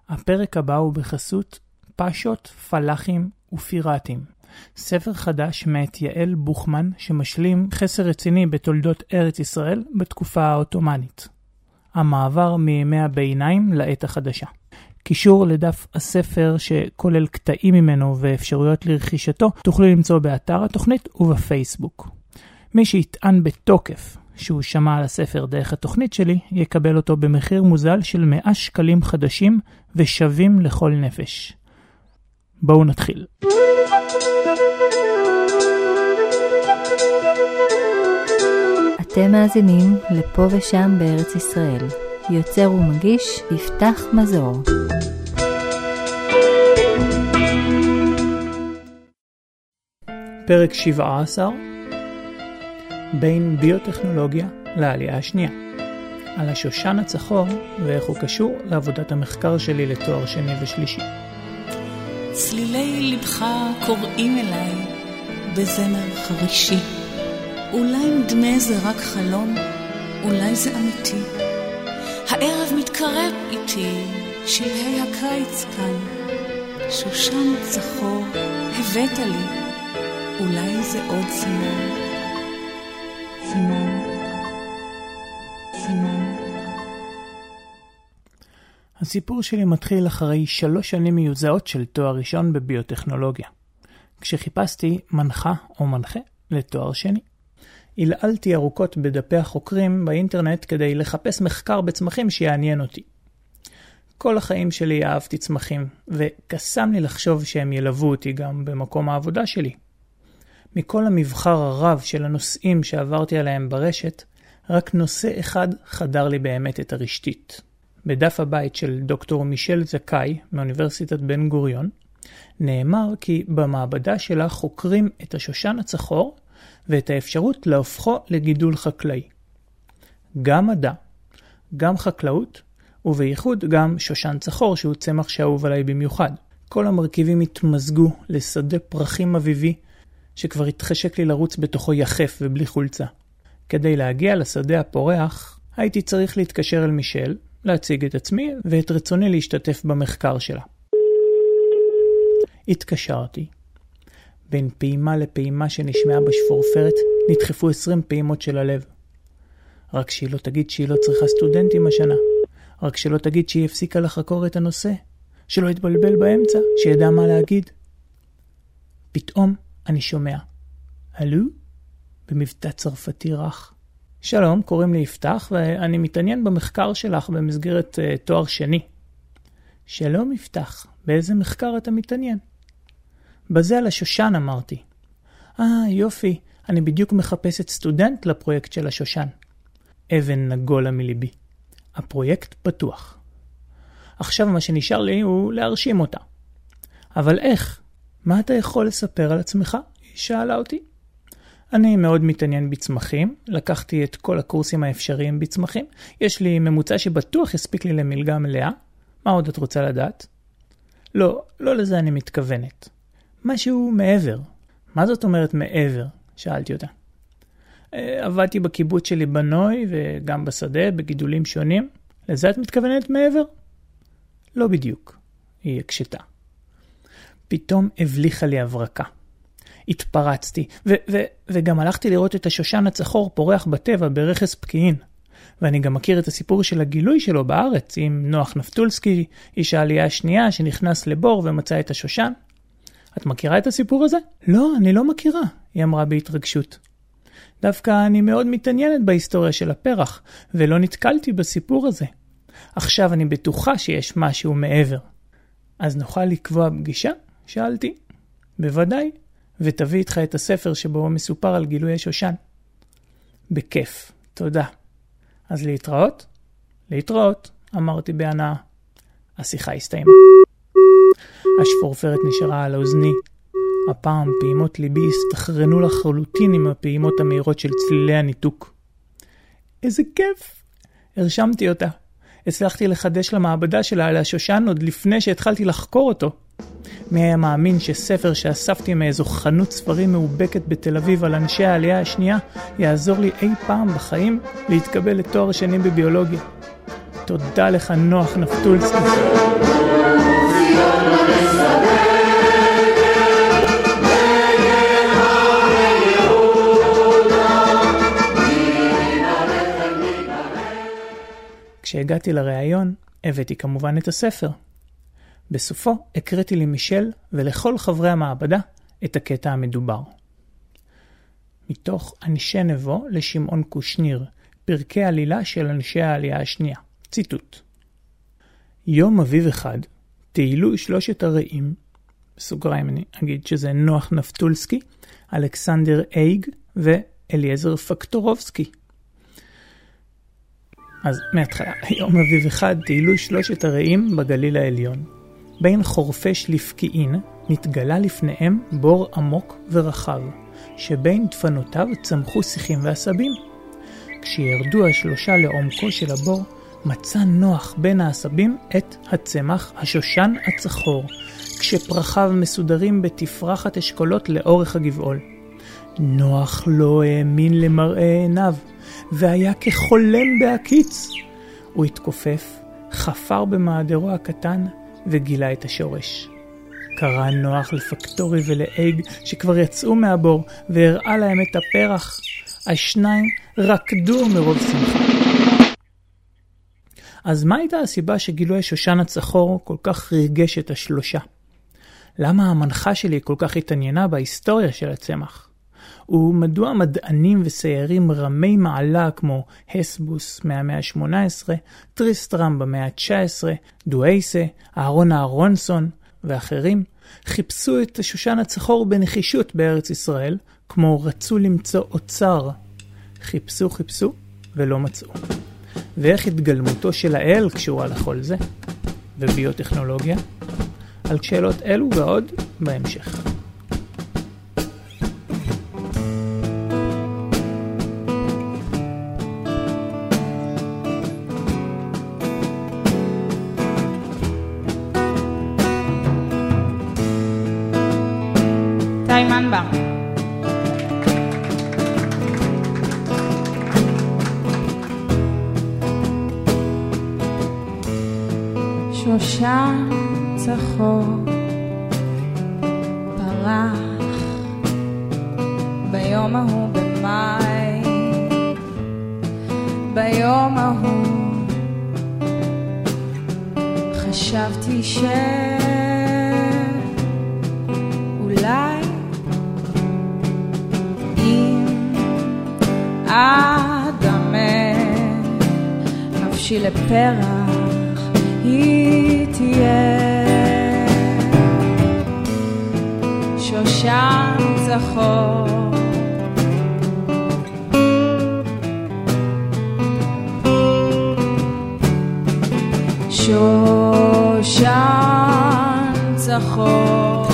הפרק הבא הוא בחסות פשות, פלחים ופיראטים. ספר חדש מאת יעל בוכמן שמשלים חסר רציני בתולדות ארץ ישראל בתקופה העות'מאנית. המעבר מימי הביניים לעת החדשה. קישור לדף הספר שכולל קטעים ממנו ואפשרויות לרכישתו תוכלו למצוא באתר התוכנית ובפייסבוק. מי שיטען בתוקף שהוא שמע על הספר דרך התוכנית שלי, יקבל אותו במחיר מוזל של 100 שקלים חדשים ושווים לכל נפש. בואו נתחיל. אתם מאזינים לפה ושם בארץ ישראל. יוצר ומגיש יפתח מזור. פרק 17 בין ביוטכנולוגיה לעלייה השנייה. על השושן הצחור ואיך הוא קשור לעבודת המחקר שלי לתואר שני ושלישי. צלילי לבך קוראים אליי בזמר חרישי. אולי נדמה זה רק חלום, אולי זה אמיתי. הערב מתקרב איתי, שלהי הקיץ כאן. שושן צחור הבאת לי, אולי זה עוד סימן. סימן. הסיפור שלי מתחיל אחרי 3 שנים מיוזעות של תואר ראשון בביוטכנולוגיה. כשחיפשתי מנחה או מנחה לתואר שני. הלעלתי ארוכות בדפי החוקרים באינטרנט כדי לחפש מחקר בצמחים שיעניין אותי. כל החיים שלי אהבתי צמחים, וקסם לי לחשוב שהם ילוו אותי גם במקום העבודה שלי. מכל המבחר הרב של הנושאים שעברתי עליהם ברשת, רק נושא אחד חדר לי באמת את הרשתית. בדף הבית של דוקטור מישל זכאי מאוניברסיטת בן גוריון, נאמר כי במעבדה שלה חוקרים את השושן הצחור ואת האפשרות להופכו לגידול חקלאי. גם מדע, גם חקלאות, ובייחוד גם שושן צחור שהוא צמח שאהוב עליי במיוחד. כל המרכיבים התמזגו לשדה פרחים אביבי שכבר התחשק לי לרוץ בתוכו יחף ובלי חולצה. כדי להגיע לשדה הפורח, הייתי צריך להתקשר אל מישל, להציג את עצמי ואת רצוני להשתתף במחקר שלה. התקשרתי. בין פעימה לפעימה שנשמעה בשפורפרת, נדחפו 20 פעימות של הלב. רק שהיא לא תגיד שהיא לא צריכה סטודנטים השנה. רק שלא תגיד שהיא הפסיקה לחקור את הנושא. שלא יתבלבל באמצע, שידע מה להגיד. פתאום אני שומע. הלו? במבטא צרפתי רך. שלום, קוראים לי יפתח, ואני מתעניין במחקר שלך במסגרת תואר שני. שלום יפתח, באיזה מחקר אתה מתעניין? בזה על השושן אמרתי. יופי, אני בדיוק מחפשת סטודנט לפרויקט של השושן. אבן נגולה מליבי. הפרויקט פתוח. עכשיו מה שנשאר לי הוא להרשים אותה. אבל איך? מה אתה יכול לספר על עצמך? היא שאלה אותי. אני מאוד מתעניין בצמחים, לקחתי את כל הקורסים האפשריים בצמחים, יש לי ממוצע שבטוח יספיק לי למלגה מלאה. מה עוד את רוצה לדעת? לא לזה אני מתכוונת. משהו מעבר. מה זאת אומרת מעבר? שאלתי אותה. עבדתי בקיבוץ שלי בנוי וגם בשדה בגידולים שונים. לזה את מתכוונת מעבר? לא בדיוק. היא הקשתה. פתאום הבליחה לי הברקה. התפרצתי, וגם הלכתי לראות את השושן הצחור פורח בטבע ברכס פקיעין. ואני גם מכיר את הסיפור של הגילוי שלו בארץ, עם נוח נפטולסקי, איש העלייה השנייה שנכנס לבור ומצא את השושן. את מכירה את הסיפור הזה? לא, אני לא מכירה, היא אמרה בהתרגשות. דווקא אני מאוד מתעניינת בהיסטוריה של הפרח, ולא נתקלתי בסיפור הזה. עכשיו אני בטוחה שיש משהו מעבר. אז נוכל לקבוע פגישה? שאלתי. בוודאי. ותביא איתך את הספר שבו מסופר על גילוי השושן. בכיף, תודה. אז להתראות? להתראות, אמרתי בהנאה. השיחה הסתיימה. השפורפרת נשארה על האוזני. הפעם פעימות ליבי הסתחרנו לחלוטין עם הפעימות המהירות של צלילי הניתוק. איזה כיף! הרשמתי אותה. הצלחתי לחדש למעבדה שלה על השושן עוד לפני שהתחלתי לחקור אותו. מי היה מאמין שספר שאספתי מאיזו חנות ספרים מאובקת בתל אביב על אנשי העלייה השנייה יעזור לי אי פעם בחיים להתקבל לתואר שני בביולוגיה. תודה לך נוח נפתולסקי. כשהגעתי לראיון, הבאתי כמובן את הספר. בסופו הקראתי למישל ולכל חברי המעבדה את הקטע המדובר. מתוך אנשי נבו לשמעון קושניר, פרקי עלילה של אנשי העלייה השנייה. ציטוט. יום אביב אחד, טיילו 3 הרעים, בסוגריים אני אגיד שזה נוח נפתולסקי, אלכסנדר אייג ואליעזר פקטורובסקי. אז מההתחלה, יום אביב אחד טיילו 3 הרעים בגליל העליון. בין חורפש לפקיעין נתגלה לפניהם בור עמוק ורחב, שבין דפנותיו צמחו שיחים ועשבים. כשירדו 3 לעומקו של הבור, מצא נוח בין העשבים את הצמח השושן הצחור, כשפרחיו מסודרים בתפרחת אשכולות לאורך הגבעול. נוח לא האמין למראה עיניו, והיה כחולם בהקיץ. הוא התכופף, חפר במעדרו הקטן, וגילה את השורש. קרא נוח לפקטורי ולאייג שכבר יצאו מהבור, והראה להם את הפרח. השניים רקדו מרוב שמחה. אז מה הייתה הסיבה שגילוי השושן הצחור כל כך ריגש את 3? למה המנחה שלי כל כך התעניינה בהיסטוריה של הצמח? ומדוע מדענים וסיירים רמי מעלה כמו הסבוס מהמאה ה-18, טריסטרם במאה ה-19, דואייסה, אהרון אהרונסון ואחרים חיפשו את השושן הצחור בנחישות בארץ ישראל, כמו רצו למצוא אוצר. חיפשו ולא מצאו. ואיך התגלמותו של האל קשורה לכל זה? וביוטכנולוגיה? על שאלות אלו ועוד בהמשך. תימן בר. שושן צחור פרח ביום ההוא במאי, ביום ההוא חשבתי שאולי אם אדמה נפשי לפרח היא תהיה שושן צחור. שושן צחור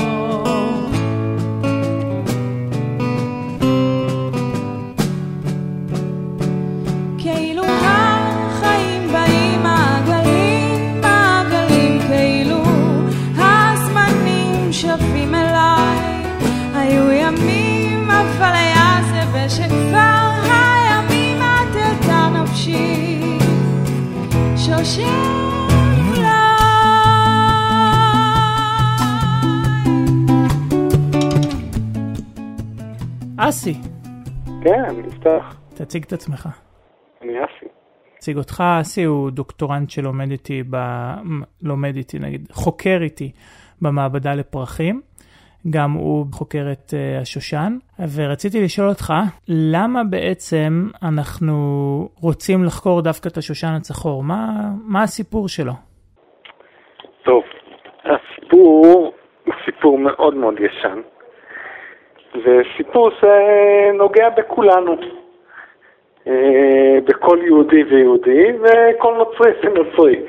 כאילו החיים באים מעגלים מעגלים, כאילו הזמנים שווים אליי. היו ימים אבל היה זה ושכבר הימים עטתה נפשי שושן אסי. כן, אני אפתח. תציג את עצמך. אני אסי. תציג אותך. אסי הוא דוקטורנט שלומד איתי, חוקר איתי במעבדה לפרחים. גם הוא חוקר את השושן. ורציתי לשאול אותך, למה בעצם אנחנו רוצים לחקור דווקא את השושן הצחור? מה הסיפור שלו? טוב, הסיפור הוא סיפור מאוד מאוד ישן. וסיפור שנוגע בכולנו, בכל יהודי ויהודי וכל נוצרי ונוצרי.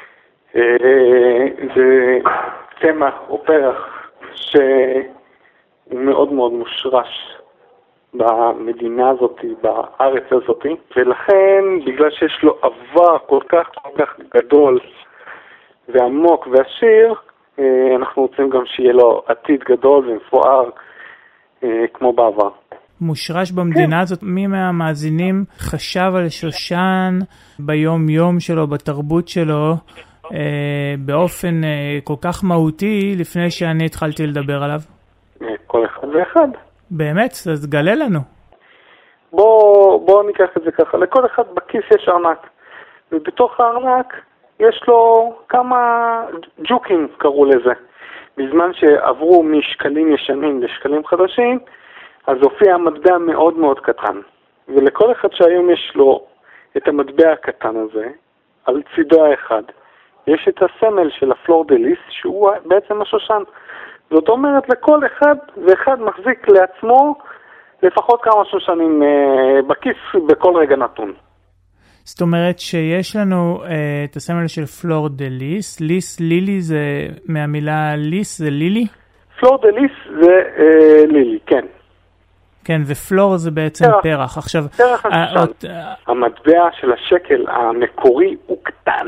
זה צמח או פרח שהוא מאוד מאוד מושרש במדינה הזאת, בארץ הזאת, ולכן בגלל שיש לו עבר כל כך גדול ועמוק ועשיר, אנחנו רוצים גם שיהיה לו עתיד גדול ומפואר כמו בעבר. מושרש במדינה הזאת. מי מהמאזינים חשב על שושן ביום יום שלו, בתרבות שלו, באופן כל כך מהותי לפני שאני התחלתי לדבר עליו? כל אחד ואחד. באמת? אז גלה לנו. בוא ניקח את זה ככה. לכל אחד בכיס יש ארנק, ובתוך הארנק יש לו כמה ג'וקים, קראו לזה. בזמן שעברו משקלים ישנים לשקלים חדשים, אז הופיע מטבע מאוד מאוד קטן. ולכל אחד שהיום יש לו את המטבע הקטן הזה, על צידו האחד, יש את הסמל של הפלור דה ליס, שהוא בעצם השושן. זאת אומרת, לכל אחד ואחד מחזיק לעצמו לפחות כמה שושנים בכיס בכל רגע נתון. זאת אומרת שיש לנו את הסמל של פלור דה ליס. ליס, לילי, זה מהמילה ליס, זה לילי? פלור דה ליס זה לילי, כן. כן, ופלור זה בעצם פרח. עכשיו, פרח השושן. המטבע של השקל המקורי הוא קטן,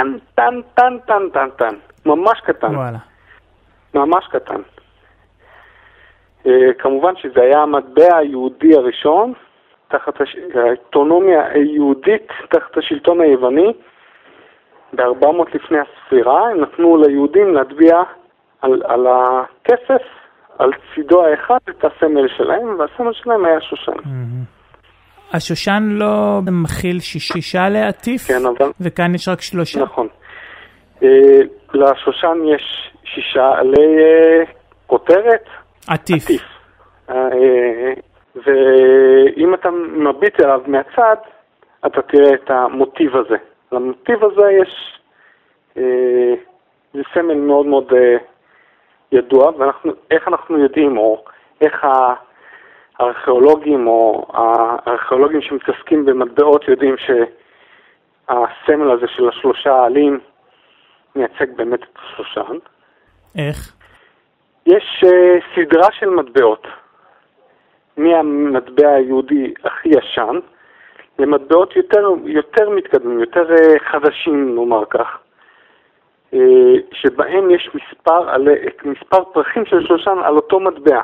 טן. ממש קטן. וואלה. ממש קטן. כמובן שזה היה המטבע היהודי הראשון, תחת האוטונומיה היהודית, תחת השלטון היווני. ב-400 לפני הספירה, הם נתנו ליהודים להטביע על הכסף, על צידו האחד, את הסמל שלהם, והסמל שלהם היה שושן. השושן לא מכיל 6 לעטיף, כן, אבל... וכאן יש רק 3. נכון. לשושן יש 6 עלי כותרת. עטיף. ואם אתה מביט אליו מהצד, אתה תראה את המוטיב הזה. למוטיב הזה יש זה סמל מאוד מאוד ידוע, ואיך אנחנו יודעים, או איך הארכיאולוגים או הארכיאולוגים שמתעסקים במטבעות יודעים שהסמל הזה של 3 עלים מייצג באמת את השושן. איך? יש סדרה של מטבעות, מהמטבע היהודי הכי ישן, למטבעות יותר מתקדמים, יותר חדשים, נאמר כך, שבהם יש מספר פרחים של שושן על אותו מטבע,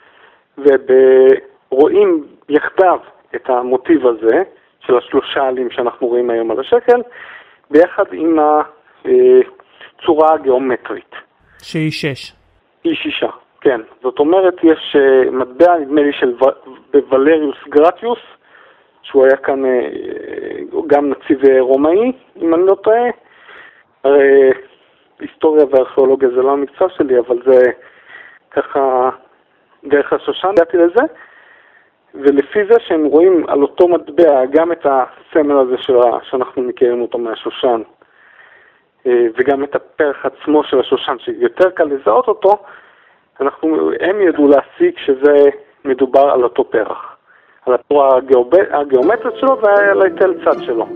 ורואים יחדיו את המוטיב הזה, של 3 עלים שאנחנו רואים היום על השקל, ביחד עם הצורה הגיאומטרית. שהיא 6. היא 6, כן. זאת אומרת, יש מטבע, נדמה לי, של ולריוס גרטיוס, שהוא היה כאן גם נציב רומאי, אם אני לא טועה. הרי היסטוריה וארכיאולוגיה זה לא המקצוע שלי, אבל זה ככה דרך השושן, הגעתי לזה. ולפי זה שהם רואים על אותו מטבע גם את הסמל הזה שאנחנו מכירים אותו מהשושן, וגם את הפרח עצמו של השושן, שיותר קל לזהות אותו, הם ידעו להסיק שזה מדובר על אותו פרח, על הצורה הגיאומטרית שלו ועל היטל צד שלו.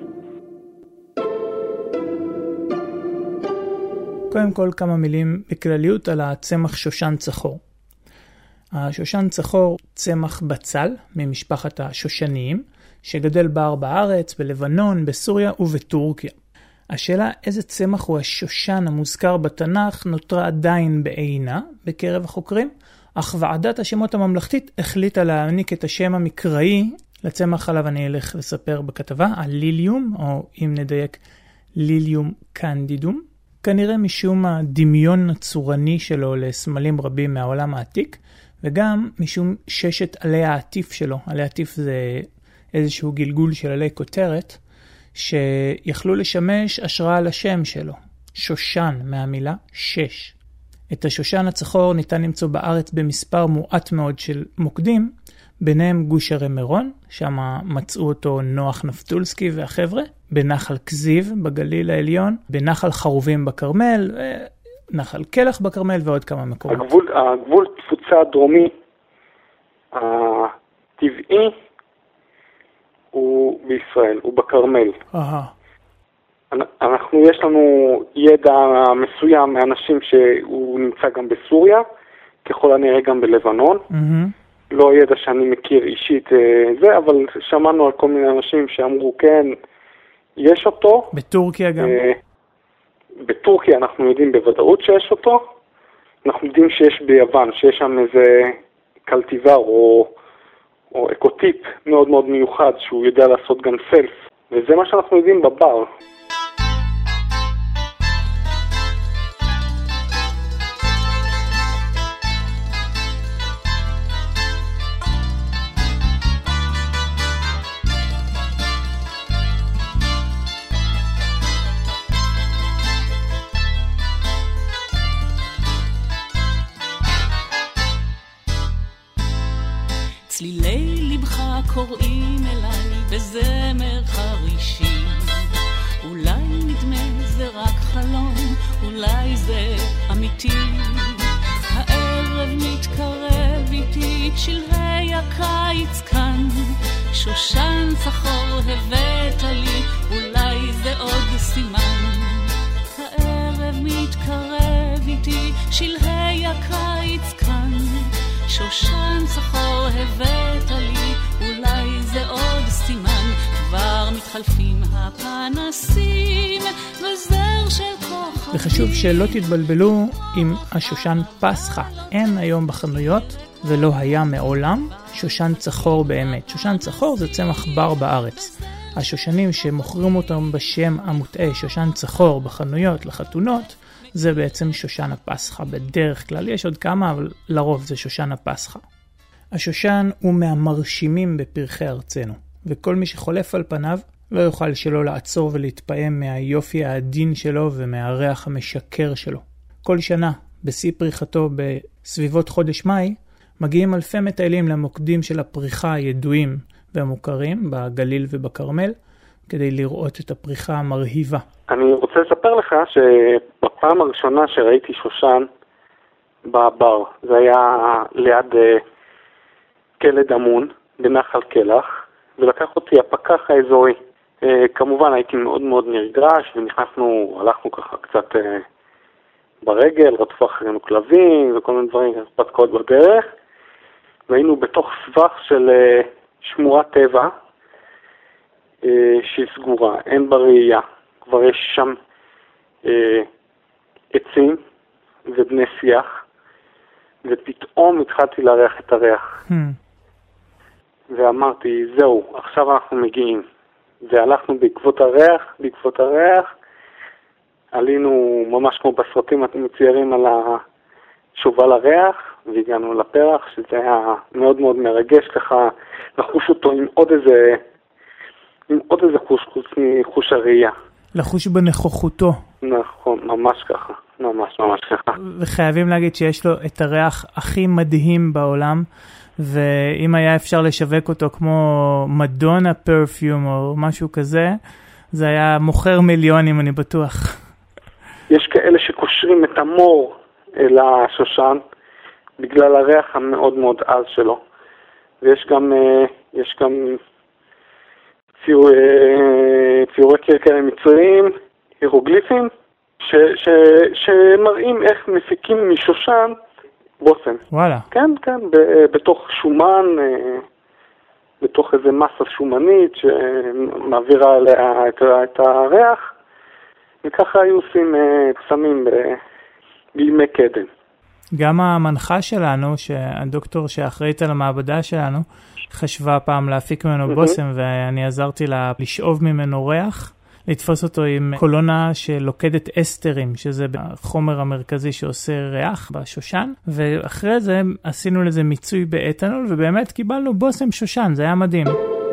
קודם כל כמה מילים בכלליות על הצמח שושן צחור. השושן צחור צמח בצל ממשפחת השושניים, שגדל בער בארץ, בלבנון, בסוריה ובטורקיה. השאלה איזה צמח הוא השושן המוזכר בתנ"ך נותרה עדיין בעינה בקרב החוקרים, אך ועדת השמות הממלכתית החליטה להעניק את השם המקראי לצמח עליו אני אלך לספר בכתבה, הליליום, או אם נדייק ליליום קנדידום, כנראה משום הדמיון הצורני שלו לסמלים רבים מהעולם העתיק, וגם משום 6 עלי העטיף שלו. עלי העטיף זה איזשהו גלגול של עלי כותרת, שיכלו לשמש השראה לשם שלו, שושן מהמילה 6. את השושן הצחור ניתן למצוא בארץ במספר מועט מאוד של מוקדים, ביניהם גוש הרי מירון, שם מצאו אותו נוח נפתולסקי והחבר'ה, בנחל כזיב בגליל העליון, בנחל חרובים בכרמל, נחל קלח בכרמל ועוד כמה מקומות. הגבול תפוצה הדרומי הטבעי הוא בישראל, הוא בכרמל. יש לנו ידע מסוים מאנשים שהוא נמצא גם בסוריה, ככל הנראה גם בלבנון. לא ידע שאני מכיר אישית זה, אבל שמענו על כל מיני אנשים שאמרו כן, יש אותו. בטורקיה גם? בטורקיה אנחנו יודעים בוודאות שיש אותו. אנחנו יודעים שיש ביוון, שיש שם איזה קלטיבר או אקוטיפ מאוד מאוד מיוחד, שהוא יודע לעשות גם סלף, וזה מה שאנחנו יודעים בבר. צלילי לבך קוראים אליי בזמר חרישי, אולי נדמה זה רק חלום, אולי זה אמיתי. הערב מתקרב איתי כשלהי הקיץ כאן, שושן צחור הבאת לי, אולי זה עוד סימן. הערב מתקרב איתי כשלהי הקיץ כאן, שושן צחור הבאת לי, אולי זה עוד סימן. כבר מתחלפים הפנסים וזר של כוכבים. וחשוב שלא תתבלבלו עם השושן פסחה. אין היום בחנויות ולא היה מעולם שושן צחור באמת. שושן צחור זה צמח בר בארץ. השושנים שמוכרים אותם בשם המוטעה שושן צחור בחנויות לחתונות, זה בעצם שושן הפסחה. בדרך כלל יש עוד כמה, אבל לרוב זה שושן הפסחה. השושן הוא מהמרשימים בפרחי ארצנו, וכל מי שחולף על פניו לא יוכל שלא לעצור ולהתפעם מהיופי העדין שלו ומהריח המשקר שלו. כל שנה, בשיא פריחתו בסביבות חודש מאי, מגיעים אלפי מטיילים למוקדים של הפריחה הידועים והמוכרים בגליל ובקרמל, כדי לראות את הפריחה המרהיבה. אני רוצה לספר לך שבפעם הראשונה שראיתי שושן בבר, זה היה ליד כלא דמון בנחל קלח, ולקח אותי הפקח האזורי. כמובן הייתי מאוד מאוד נרגש, הלכנו ככה קצת ברגל, רדפו אחרינו כלבים וכל מיני דברים, הרפתקאות בדרך, והיינו בתוך סבך של שמורת טבע שהיא סגורה, אין בראייה. כבר יש שם עצים ובני שיח, ופתאום התחלתי להריח את הריח. ואמרתי, זהו, עכשיו אנחנו מגיעים. והלכנו בעקבות הריח, עלינו ממש כמו בסרטים מציירים על השובל הריח, והגענו לפרח, שזה היה מאוד מאוד מרגש ככה לחוש אותו עם עוד איזה חוש הראייה. לחוש בנוכחותו. נכון, ממש ככה, ממש ככה. וחייבים להגיד שיש לו את הריח הכי מדהים בעולם, ואם היה אפשר לשווק אותו כמו מדונה פרפיום או משהו כזה, זה היה מוכר מיליונים, אני בטוח. יש כאלה שקושרים את המור אל השושן, בגלל הריח המאוד מאוד עז שלו. ויש גם ציורי קרקע מצריים, הירוגליפים, שמראים איך מפיקים משושן בושם. וואלה. כן, בתוך שומן, בתוך איזה מסה שומנית שמעבירה עליה את הריח, וככה היו עושים קסמים בימי קדם. גם המנחה שלנו, הדוקטור שאחראית על המעבדה שלנו, חשבה פעם להפיק ממנו בושם, ואני עזרתי לה לשאוב ממנו ריח, לתפוס אותו עם קולונה שלוקדת אסטרים, שזה החומר המרכזי שעושה ריח בשושן, ואחרי זה עשינו לזה מיצוי באתנול, ובאמת קיבלנו בושם שושן, זה היה מדהים.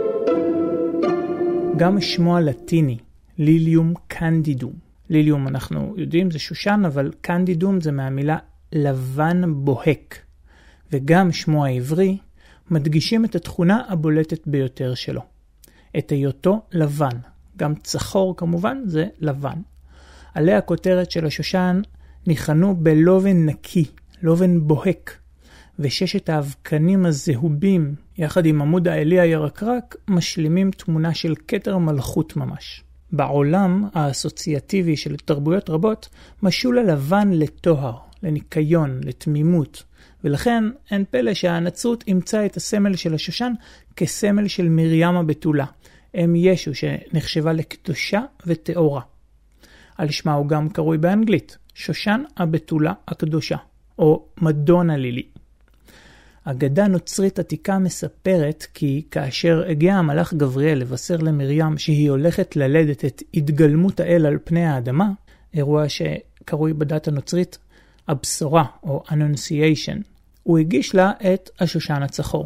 גם שמו הלטיני, ליליום קנדידום. ליליום אנחנו יודעים זה שושן, אבל קנדידום זה מהמילה לבן בוהק. וגם שמו העברי מדגישים את התכונה הבולטת ביותר שלו. את היותו לבן. גם צחור כמובן זה לבן. עלי הכותרת של השושן ניחנו בלובן נקי, לובן בוהק. וששת האבקנים הזהובים יחד עם עמוד העלי הירקרק משלימים תמונה של כתר מלכות ממש. בעולם האסוציאטיבי של תרבויות רבות משול הלבן לטוהר, לניקיון, לתמימות, ולכן אין פלא שהנצרות אימצה את הסמל של השושן כסמל של מרים הבתולה, אם ישו שנחשבה לקדושה וטהורה. על שמה הוא גם קרוי באנגלית, שושן הבתולה הקדושה, או מדונה לילי. אגדה נוצרית עתיקה מספרת כי כאשר הגיע המלאך גבריאל לבשר למרים שהיא הולכת ללדת את התגלמות האל על פני האדמה, אירוע שקרוי בדת הנוצרית הבשורה או Annunciation, הוא הגיש לה את השושן הצחור.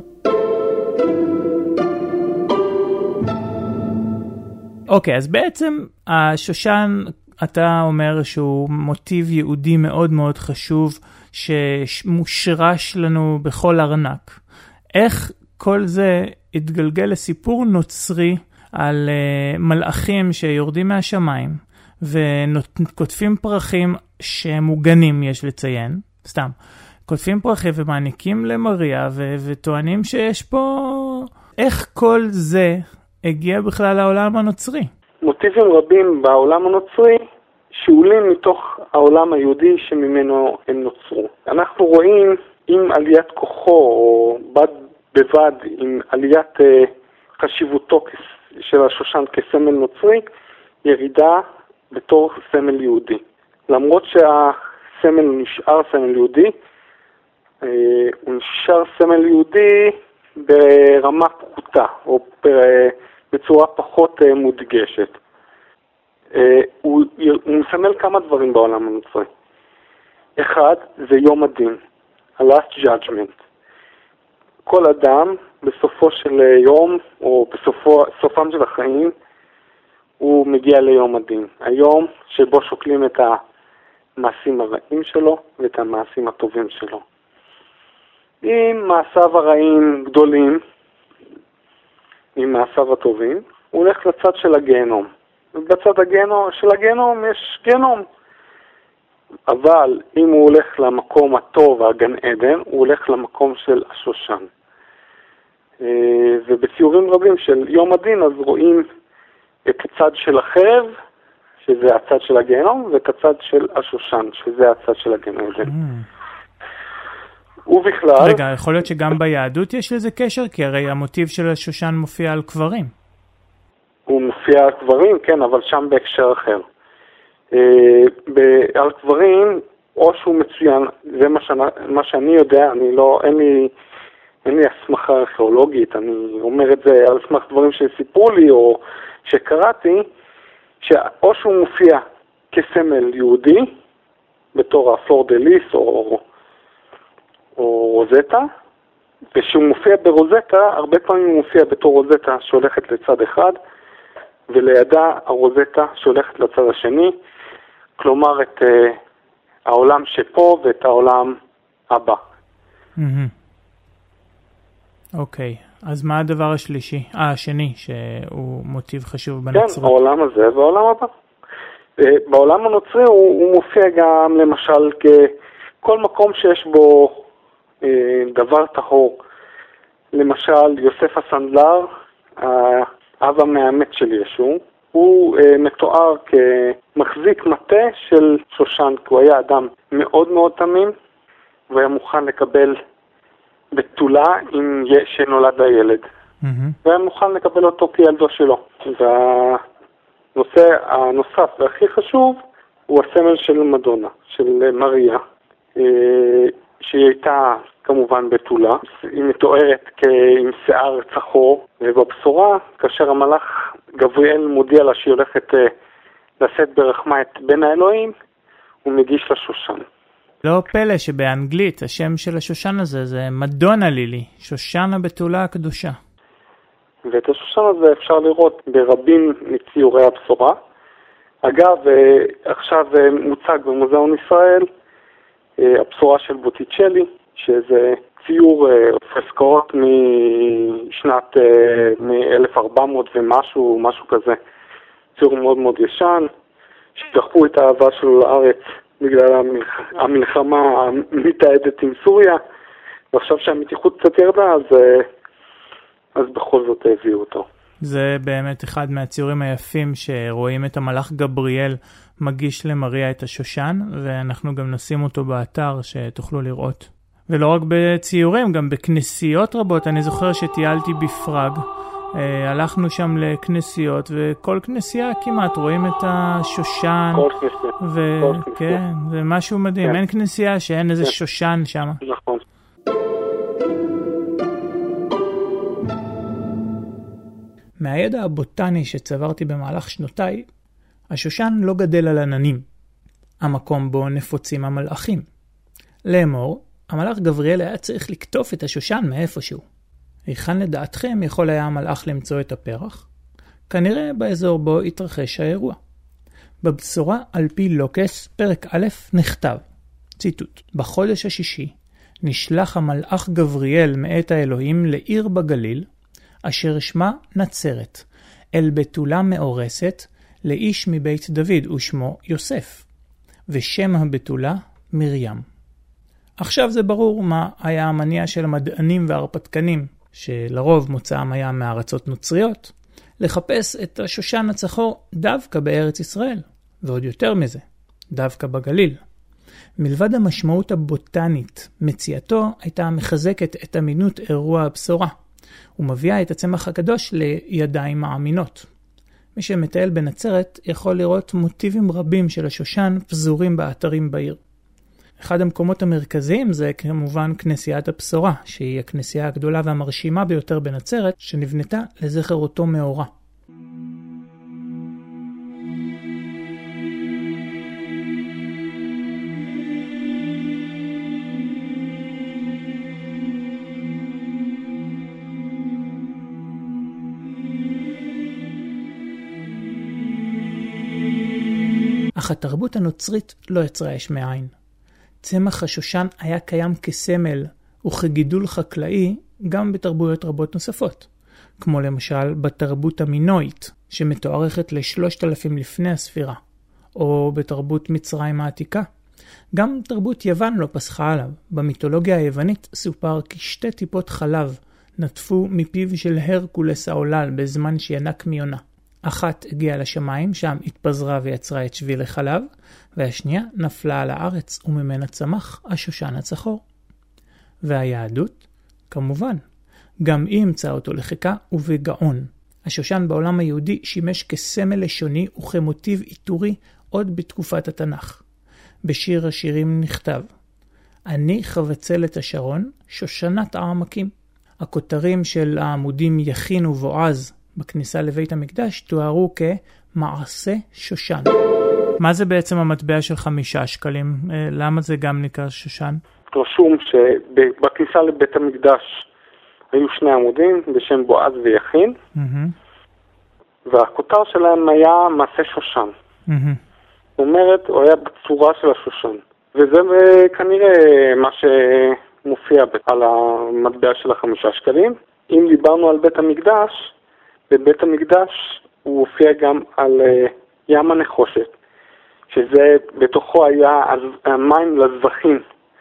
אוקיי, אז בעצם השושן, אתה אומר שהוא מוטיב יהודי מאוד מאוד חשוב שמושרש לנו בכל ארנק. איך כל זה התגלגל לסיפור נוצרי על מלאכים שיורדים מהשמיים וכותפים פרחים שמוגנים, יש לציין, סתם, כותפים פרחים ומעניקים למריה וטוענים שיש פה... איך כל זה הגיע בכלל לעולם הנוצרי? מוטיבים רבים בעולם הנוצרי שעולים מתוך העולם היהודי שממנו הם נוצרו. אנחנו רואים עם עליית כוחו או בד בבד עם עליית חשיבותו של השושן כסמל נוצרי, ירידה בתור סמל יהודי. למרות שהסמל נשאר סמל יהודי, הוא נשאר סמל יהודי ברמה פחותה או בצורה פחות מודגשת. הוא מסמל כמה דברים בעולם הנוצרי. אחד, זה יום הדין, ה-Last Judgment. כל אדם בסופו של יום, או בסופם של החיים, הוא מגיע ליום הדין. היום שבו שוקלים את המעשים הרעים שלו ואת המעשים הטובים שלו. אם מעשיו הרעים גדולים, עם מעשיו הטובים, הוא הולך לצד של הגיהנום. ובצד של הגיהנום יש גיהנום. אבל אם הוא הולך למקום הטוב, הגן עדן, הוא הולך למקום של השושן. ובציורים רבים של יום הדין, אז רואים את הצד של החרב, שזה הצד של הגיהנום, ואת הצד של השושן, שזה הצד של הגן עדן. ובכלל... רגע, יכול להיות שגם ביהדות יש לזה קשר? כי הרי המוטיב של השושן מופיע על קברים. הוא מופיע על קברים, כן, אבל שם בהקשר אחר. על קברים, או שהוא מצוין, זה מה שאני יודע, אין לי הסמכה ארכיאולוגית, אני אומר את זה על סמך דברים שסיפרו לי או שקראתי, או שהוא מופיע כסמל יהודי, בתור הפלור דה ליס או רוזטה, ושהוא מופיע ברוזטה, הרבה פעמים הוא מופיע בתור רוזטה שהולכת לצד אחד, ולידה הרוזטה שהולכת לצד השני, כלומר את העולם שפה ואת העולם הבא. אוקיי, אז מה הדבר השני שהוא מוטיב חשוב בנצרות? כן, העולם הזה והעולם הבא. בעולם הנוצרי הוא מופיע גם למשל ככל מקום שיש בו דבר טהור. למשל יוסף הסנדלר, האב המאמץ של ישו, הוא מתואר כמחזיק מטה של שושן, כי הוא היה אדם מאוד מאוד תמים, והיה מוכן לקבל בתולה עם שנולד הילד. והיה מוכן לקבל אותו כילדו שלו. והנושא הנוסף והכי חשוב הוא הסמל של מדונה, של מריה, שהיא הייתה כמובן בתולה. היא מתוארת עם שיער צחור, ובבשורה, כאשר המלאך גבריאל מודיע לה שהיא הולכת לשאת ברחמה את בן האלוהים, הוא מגיש לשושן. לא פלא שבאנגלית השם של השושן הזה זה מדונה לילי, שושן הבתולה הקדושה. ואת השושן הזה אפשר לראות ברבים מציורי הבשורה. אגב, עכשיו מוצג במוזיאון ישראל הבשורה של בוטיצ'לי, שזה ציור פרסקאות משנת 1400 ומשהו, משהו כזה. ציור מאוד מאוד ישן, שדחפו את האהבה שלו לארץ בגלל המלחמה המתעדת עם סוריה, ועכשיו שהמתיחות קצת ירדה, אז בכל זאת הביאו אותו. זה באמת אחד מהציורים היפים שרואים את המלאך גבריאל מגיש למריה את השושן, ואנחנו גם נשים אותו באתר שתוכלו לראות. ולא רק בציורים, גם בכנסיות רבות. אני זוכר שטיילתי בפראג, הלכנו שם לכנסיות, וכל כנסייה כמעט רואים את השושן. כל כנסייה. כן, זה משהו מדהים. אין כנסייה שאין איזה שושן שם. נכון. מהידע הבוטני שצברתי במהלך שנותיי, השושן לא גדל על עננים, המקום בו נפוצים המלאכים. לאמור, המלאך גבריאל היה צריך לקטוף את השושן מאיפשהו. היכן לדעתכם יכול היה המלאך למצוא את הפרח? כנראה באזור בו התרחש האירוע. בבשורה על פי לוקס, פרק א', נכתב, ציטוט, בחודש השישי נשלח המלאך גבריאל מאת האלוהים לעיר בגליל, אשר שמה נצרת, אל בתולה מאורסת, לאיש מבית דוד ושמו יוסף, ושם הבתולה מרים. עכשיו זה ברור מה היה המניע של המדענים וההרפתקנים, שלרוב מוצאם היה מארצות נוצריות, לחפש את השושן הצחור דווקא בארץ ישראל, ועוד יותר מזה, דווקא בגליל. מלבד המשמעות הבוטנית, מציאתו הייתה מחזקת את אמינות אירוע הבשורה, ומביאה את הצמח הקדוש לידיים מאמינות. מי שמטייל בנצרת יכול לראות מוטיבים רבים של השושן פזורים באתרים בעיר. אחד המקומות המרכזיים זה כמובן כנסיית הבשורה, שהיא הכנסייה הגדולה והמרשימה ביותר בנצרת, שנבנתה לזכר אותו מאורע. אך התרבות הנוצרית לא יצרה יש מאין. צמח השושן היה קיים כסמל וכגידול חקלאי גם בתרבויות רבות נוספות, כמו למשל בתרבות המינואית שמתוארכת ל-3000 לפני הספירה, או בתרבות מצרים העתיקה. גם תרבות יוון לא פסחה עליו. במיתולוגיה היוונית סופר כי 2 טיפות חלב נטפו מפיו של הרקולס העולל בזמן שינק מיונה. אחת הגיעה לשמיים, שם התפזרה ויצרה את שביל החלב, והשנייה נפלה על הארץ וממנה צמח השושן הצחור. והיהדות, כמובן, גם היא המצאה אותו לחיקה ובגאון. השושן בעולם היהודי שימש כסמל לשוני וכמוטיב עיטורי עוד בתקופת התנ"ך. בשיר השירים נכתב, אני חבצלת השרון, שושנת העמקים. הכותרים של העמודים יכין ובועז בכניסה לבית המקדש תוארו כמעשה שושן. מה זה בעצם המטבע של 5 שקלים? למה זה גם נקרא שושן? רשום שבכניסה לבית המקדש היו 2 עמודים בשם בועז ויכין, והכותר שלהם היה מעשה שושן. זאת אומרת, הוא היה בצורה של השושן. וזה כנראה מה שמופיע על המטבע של 5 שקלים. אם דיברנו על בית המקדש, בבית המקדש הוא הופיע גם על ים הנחושת, שזה בתוכו היה המים לזבחים.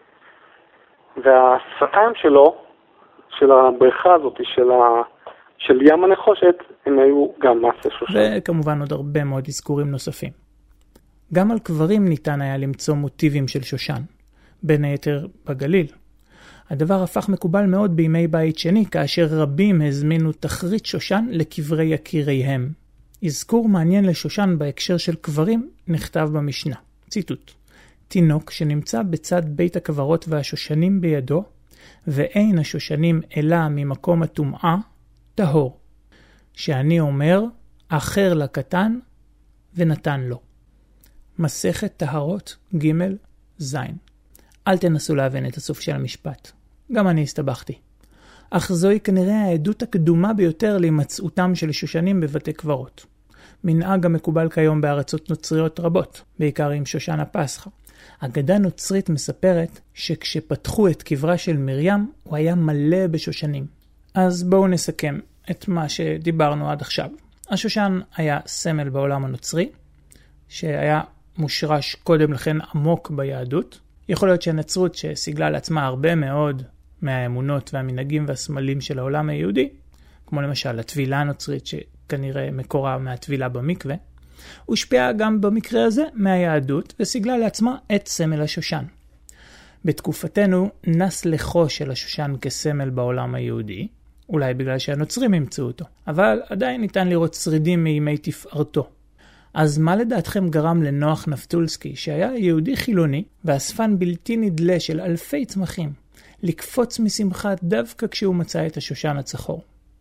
והשפתיים שלו, של הבריכה הזאת, של ים הנחושת, הם היו גם מעשה שושן. וכמובן עוד הרבה מאוד אזכורים נוספים. גם על קברים ניתן היה למצוא מוטיבים של שושן, בין היתר בגליל. הדבר הפך מקובל מאוד בימי בית שני, כאשר רבים הזמינו תחרית שושן לקברי יקיריהם. אזכור מעניין לשושן בהקשר של קברים נכתב במשנה. ציטוט: תינוק שנמצא בצד בית הקברות והשושנים בידו, ואין השושנים אלא ממקום הטומאה, טהור. שאני אומר, אחר לקטן ונתן לו. מסכת טהרות ג' ז'. אל תנסו להבין את הסוף של המשפט. גם אני הסתבכתי. אך זוהי כנראה העדות הקדומה ביותר להימצאותם של שושנים בבתי קברות. מנהג המקובל כיום בארצות נוצריות רבות, בעיקר עם שושן הפסחא. אגדה נוצרית מספרת שכשפתחו את קברה של מרים, הוא היה מלא בשושנים. אז בואו נסכם את מה שדיברנו עד עכשיו. השושן היה סמל בעולם הנוצרי, שהיה מושרש קודם לכן עמוק ביהדות. יכול להיות שהנצרות שסיגלה לעצמה הרבה מאוד מהאמונות והמנהגים והסמלים של העולם היהודי, כמו למשל התבילה הנוצרית שכנראה מקורה מהתבילה במקווה, הושפעה גם במקרה הזה מהיהדות וסיגלה לעצמה את סמל השושן. בתקופתנו נס לחו של השושן כסמל בעולם היהודי, אולי בגלל שהנוצרים ימצאו אותו, אבל עדיין ניתן לראות שרידים מימי תפארתו. אז מה לדעתכם גרם לנוח נפטולסקי, שהיה יהודי חילוני ואספן בלתי נדלה של אלפי צמחים, לקפוץ משמחה דווקא כשהוא מצא את השושן הצחור?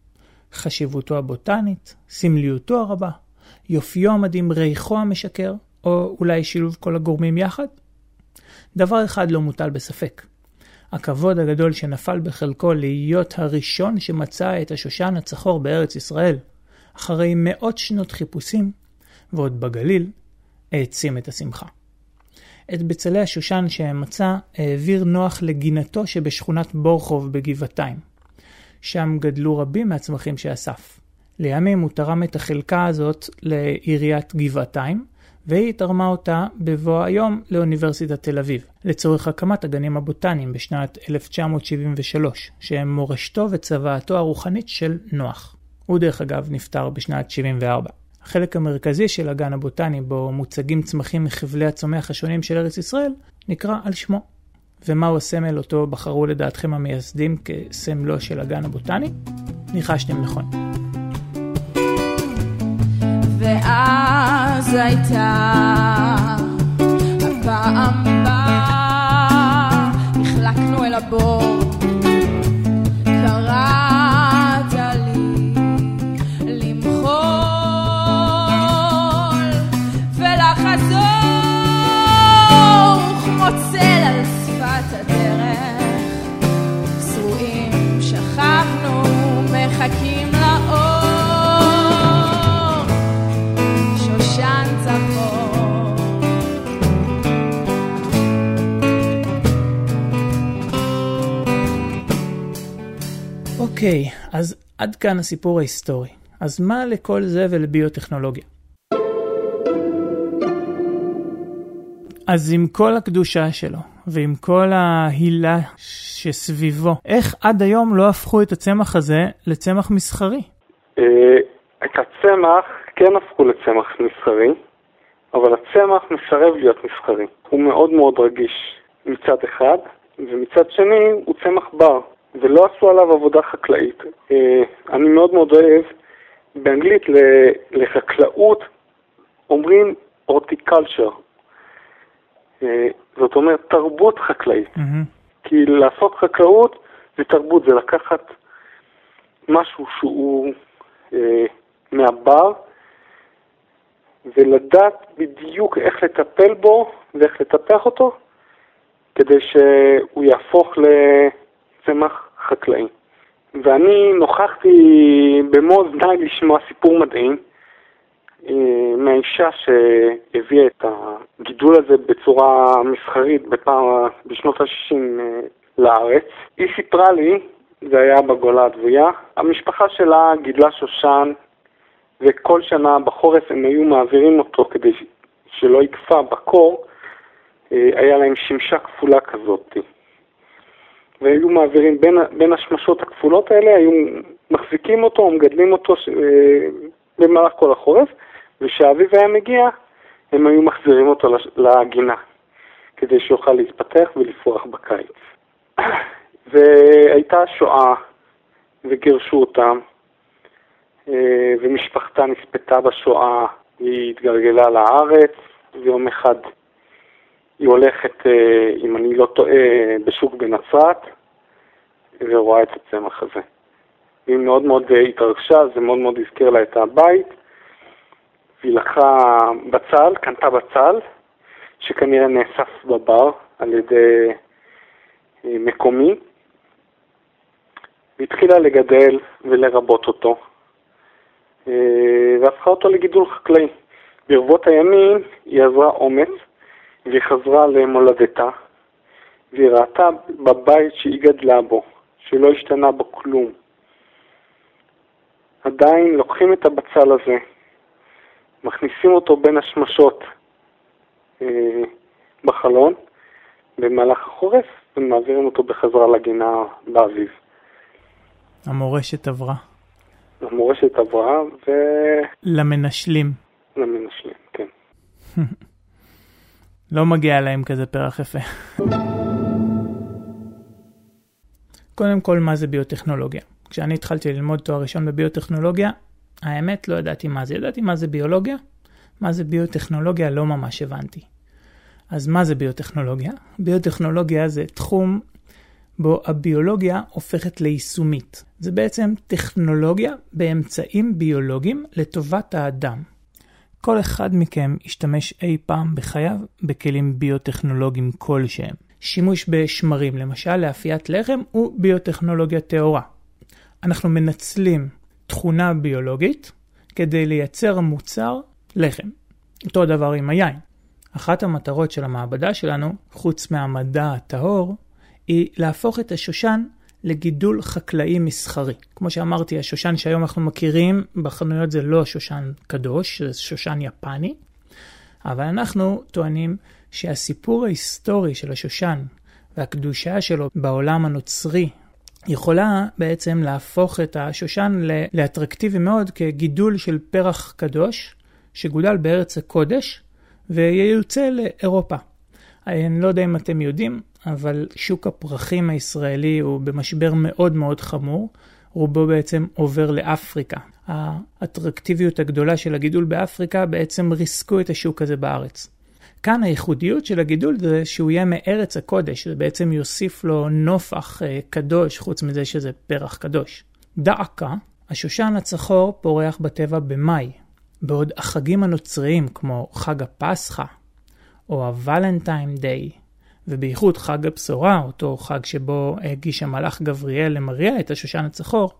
חשיבותו הבוטנית, סמליותו הרבה, יופיו המדהים, ריחו המשקר, או אולי שילוב כל הגורמים יחד? דבר אחד לא מוטל בספק. הכבוד הגדול שנפל בחלקו להיות הראשון שמצא את השושן הצחור בארץ ישראל, אחרי מאות שנות חיפושים, ועוד בגליל, העצים את השמחה. את בצלי השושן שמצא העביר נוח לגינתו שבשכונת בורחוב בגבעתיים. שם גדלו רבים מהצמחים שאסף. לימים הוא תרם את החלקה הזאת לעיריית גבעתיים, והיא תרמה אותה בבוא היום לאוניברסיטת תל אביב, לצורך הקמת הגנים הבוטניים בשנת 1973, שהם מורשתו וצוואתו הרוחנית של נוח. הוא דרך אגב נפטר בשנת 74. החלק המרכזי של הגן הבוטני, בו מוצגים צמחים מחבלי הצומח השונים של ארץ ישראל, נקרא על שמו. ומהו הסמל אותו בחרו לדעתכם המייסדים כסמלו של הגן הבוטני? ניחשתם נכון. ואז הייתה הפעם בה החלקנו אל הבור, קראת לי למחול ולחזור כמו צל על שפת הדרך, שרועים שכבנו מחכים לאור, אוקיי, אז עד כאן הסיפור ההיסטורי. אז מה לכל זה ולביוטכנולוגיה? אז עם כל הקדושה שלו, ועם כל ההילה שסביבו, איך עד היום לא הפכו את הצמח הזה לצמח מסחרי? את הצמח כן הפכו לצמח מסחרי, אבל הצמח מסרב להיות מסחרי. הוא מאוד מאוד רגיש מצד אחד, ומצד שני הוא צמח בר. ולא עשו עליו עבודה חקלאית. אני מאוד מאוד אוהב, באנגלית לחקלאות אומרים horticulture. זאת אומרת תרבות חקלאית. כי לעשות חקלאות זה תרבות, זה לקחת משהו שהוא מהבר, ולדעת בדיוק איך לטפל בו ואיך לטפח אותו, כדי שהוא יהפוך צמח חקלאי. ואני נוכחתי במו אוזניי לשמוע סיפור מדהים מהאישה שהביאה את הגידול הזה בצורה מסחרית בשנות ה-60 לארץ. היא סיפרה לי, זה היה בגולה הדוויה, המשפחה שלה גידלה שושן, וכל שנה בחורף הם היו מעבירים אותו כדי שלא יקפא בקור, היה להם שמשה כפולה כזאת. והיו מעבירים בין השמשות הכפולות האלה, היו מחזיקים אותו, מגדלים אותו במהלך כל החורף, ושהאביב היה מגיע, הם היו מחזירים אותו לגינה, כדי שיוכל להתפתח ולפרוח בקיץ. והייתה שואה, וגירשו אותם, ומשפחתה נספתה בשואה, היא התגלגלה לארץ, ויום אחד היא הולכת, אם אני לא טועה, בשוק בנצרת, ורואה את הצמח הזה. היא מאוד מאוד התרגשה, זה מאוד מאוד הזכיר לה את הבית, והיא לקחה בצל, קנתה בצל, שכנראה נאסף בבר על ידי מקומי, והתחילה לגדל ולרבות אותו, והפכה אותו לגידול חקלאי. ברבות הימים היא עזרה אומץ, והיא חזרה למולדתה, והיא ראתה בבית שהיא גדלה בו, שלא השתנה בו כלום. עדיין לוקחים את הבצל הזה, מכניסים אותו בין השמשות בחלון, במהלך החורף, ומעבירים אותו בחזרה לגינה באביב. המורשת עברה. המורשת עברה למנשלים. למנשלים, כן. לא מגיע להם כזה פרח יפה. קודם כל, מה זה ביוטכנולוגיה? כשאני התחלתי ללמוד תואר ראשון בביוטכנולוגיה, האמת לא ידעתי מה זה. ידעתי מה זה ביולוגיה, מה זה ביוטכנולוגיה לא ממש הבנתי. אז מה זה ביוטכנולוגיה? ביוטכנולוגיה זה תחום בו הביולוגיה הופכת ליישומית. זה בעצם טכנולוגיה באמצעים ביולוגיים לטובת האדם. כל אחד מכם ישתמש אי פעם בחייו בכלים ביוטכנולוגיים כלשהם. שימוש בשמרים, למשל לאפיית לחם, הוא ביוטכנולוגיה טהורה. אנחנו מנצלים תכונה ביולוגית כדי לייצר מוצר לחם. אותו דבר עם היין. אחת המטרות של המעבדה שלנו, חוץ מהמדע הטהור, היא להפוך את השושן לגידול חקלאי מסחרי. כמו שאמרתי, השושן שהיום אנחנו מכירים בחנויות זה לא שושן קדוש, זה שושן יפני, אבל אנחנו טוענים שהסיפור ההיסטורי של השושן והקדושה שלו בעולם הנוצרי יכולה בעצם להפוך את השושן לאטרקטיבי מאוד כגידול של פרח קדוש שגודל בארץ הקודש וייוצא לאירופה. אני לא יודע אם אתם יודעים, אבל שוק הפרחים הישראלי הוא במשבר מאוד מאוד חמור. רובו בעצם עובר לאפריקה. האטרקטיביות הגדולה של הגידול באפריקה בעצם ריסקו את השוק הזה בארץ. כאן הייחודיות של הגידול זה שהוא יהיה מארץ הקודש, זה בעצם יוסיף לו נופח קדוש, חוץ מזה שזה פרח קדוש. דעקה, השושן הצחור פורח בטבע במאי, בעוד החגים הנוצריים כמו חג הפסחה או הוולנטיין דיי, ובייחוד חג הבשורה, אותו חג שבו הגיש המלאך גבריאל למריה את השושן הצחור,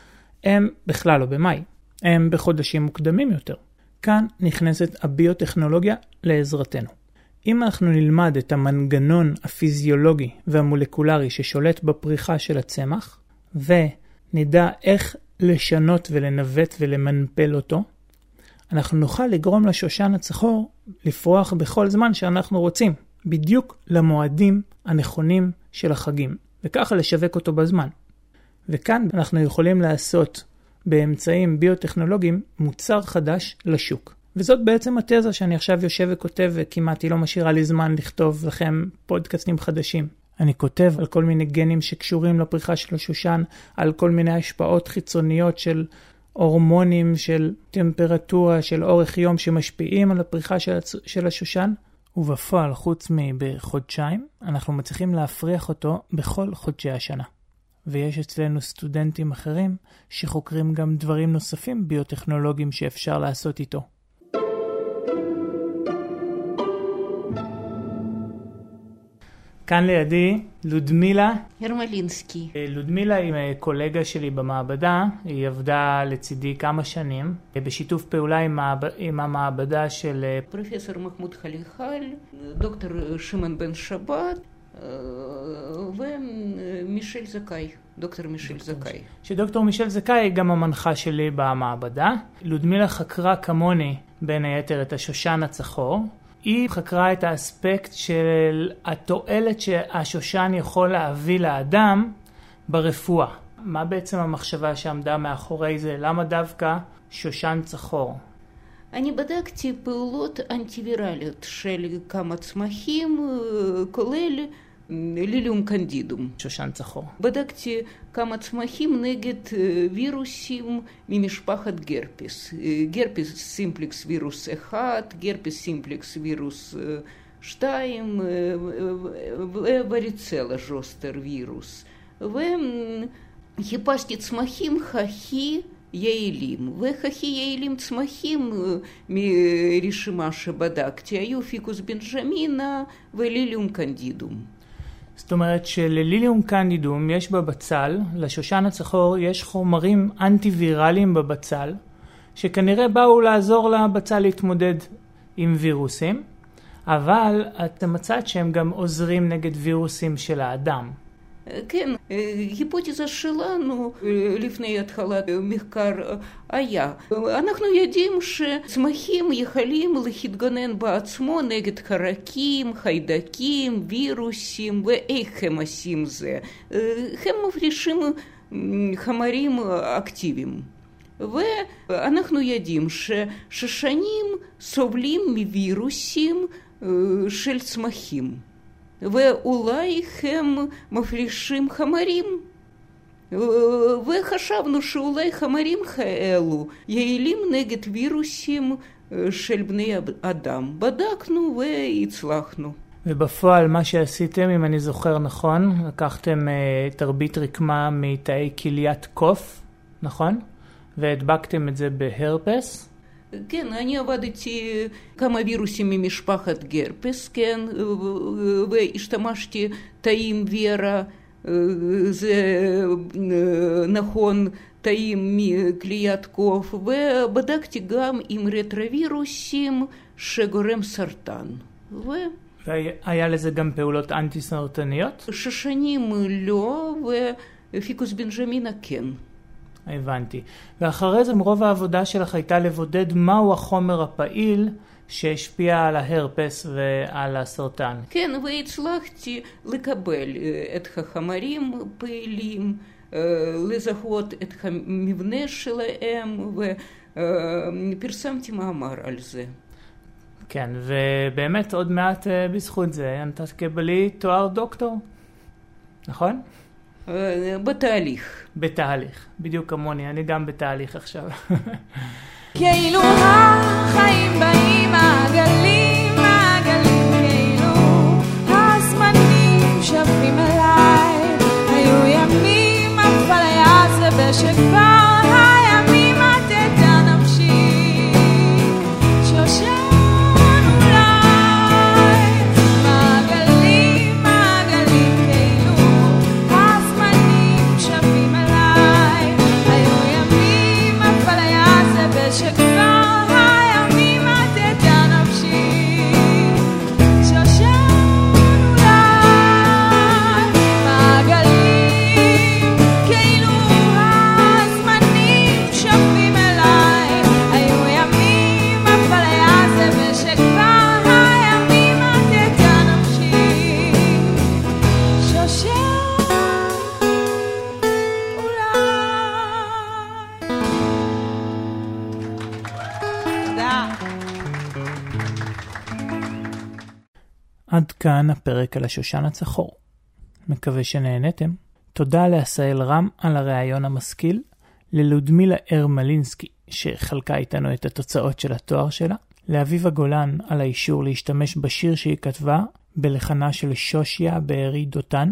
הם בכלל לא במאי, הם בחודשים מוקדמים יותר. כאן נכנסת הביוטכנולוגיה לעזרתנו. אם אנחנו נלמד את המנגנון הפיזיולוגי והמולקולרי ששולט בפריחה של הצמח, ונדע איך לשנות ולנווט ולמנפל אותו, אנחנו נוכל לגרום לשושן הצחור לפרוח בכל זמן שאנחנו רוצים, בדיוק למועדים הנכונים של החגים, וככה לשווק אותו בזמן. וכאן אנחנו יכולים לעשות באמצעים ביוטכנולוגיים מוצר חדש לשוק. וזאת בעצם התזה שאני עכשיו יושב וכותב, וכמעט היא לא משאירה לי זמן לכתוב לכם פודקאסטים חדשים. אני כותב על כל מיני גנים שקשורים לפריחה של השושן, על כל מיני השפעות חיצוניות של הורמונים, של טמפרטורה, של אורך יום שמשפיעים על הפריחה של השושן, ובפועל חוץ מבחודשיים, אנחנו מצליחים להפריח אותו בכל חודשי השנה. ויש אצלנו סטודנטים אחרים שחוקרים גם דברים נוספים ביוטכנולוגיים שאפשר לעשות איתו. כאן לידי לודמילה הרמלינסקי. לודמילה היא קולגה שלי במעבדה, היא עבדה לצידי כמה שנים, בשיתוף פעולה עם המעבדה של פרופסור מחמוד חליחל, דוקטור שמעון בן שבת, ומישל זכאי, דוקטור מישל זכאי. שדוקטור מישל זכאי היא גם המנחה שלי במעבדה. לודמילה חקרה כמוני בין היתר את השושן הצחור. היא חקרה את האספקט של התועלת שהשושן יכול להביא לאדם ברפואה. מה בעצם המחשבה שעמדה מאחורי זה? למה דווקא שושן צחור? אני בדקתי פעולות אנטיווירליות של כמה צמחים, כולל ליליום קנדידום. שושן צחור. בדקתי כמה צמחים נגד וירוסים ממשפחת גרפיס. גרפיס סימפלקס וירוס 1, גרפיס סימפלקס וירוס 2 וואריצלה ז'וסטר וירוס. וחיפשתי צמחים הכי יעילים, והכי יעילים צמחים מרשימה שבדקתי היו פיקוס בנג'מינה וליליום קנדידום. זאת אומרת שלליליום קנדידום יש בבצל, לשושן הצחור יש חומרים אנטי-וירליים בבצל, שכנראה באו לעזור לבצל להתמודד עם וירוסים, אבל את מצאת שהם גם עוזרים נגד וירוסים של האדם. כן, היפותזה שלנו לפני התחלת מחקר היה. אנחנו יודעים שצמחים יכולים להתגונן בעצמו נגד חרקים, חיידקים, וירוסים, ואיך הם עושים זה. הם מפרישים חומרים אקטיביים. ואנחנו יודעים ששושנים סובלים מווירוסים של צמחים. ואולי הם מפרישים חומרים. וחשבנו שאולי חומרים האלו יעילים נגד וירוסים של בני אדם. בדקנו והצלחנו. ובפועל מה שעשיתם, אם אני זוכר נכון, לקחתם תרבית רקמה מתאי כליית קוף, נכון? והדבקתם את זה בהרפס. כן, אני עבדתי כמה וירוסים ממשפחת גרפס, כן, והשתמשתי תאים וירה, זה נכון, תאים מכליית קוף, ובדקתי גם עם רטרווירוסים שגורם סרטן. והיה לזה גם פעולות אנטי-סרטניות? שושנים לא, ופיקוס בנג'מינה כן. הבנתי. ואחרי זה רוב העבודה שלך הייתה לבודד מהו החומר הפעיל שהשפיע על ההרפס ועל הסרטן. כן, והצלחתי לקבל את החומרים פעילים, לזהות את המבנה שלהם, ופרסמתי מאמר על זה. כן, ובאמת עוד מעט בזכות זה אתה תקבלי תואר דוקטור, נכון? בתהליך, בדיוק כמוני, אני גם בתהליך עכשיו. כאילו החיים באים מעגלים, מעגלים, כאילו הזמנים שבים אליי, היו ימים אבל היה זה בשכבר הימים עתתה נפשי שושן עד כאן הפרק על השושן הצחור. מקווה שנהנתם. תודה לעשאל רם על הרעיון המשכיל, ללודמילה ארמלינסקי שחלקה איתנו את התוצאות של התואר שלה, לאביבה גולן על האישור להשתמש בשיר שהיא כתבה בלחנה של שושיה בארי דותן.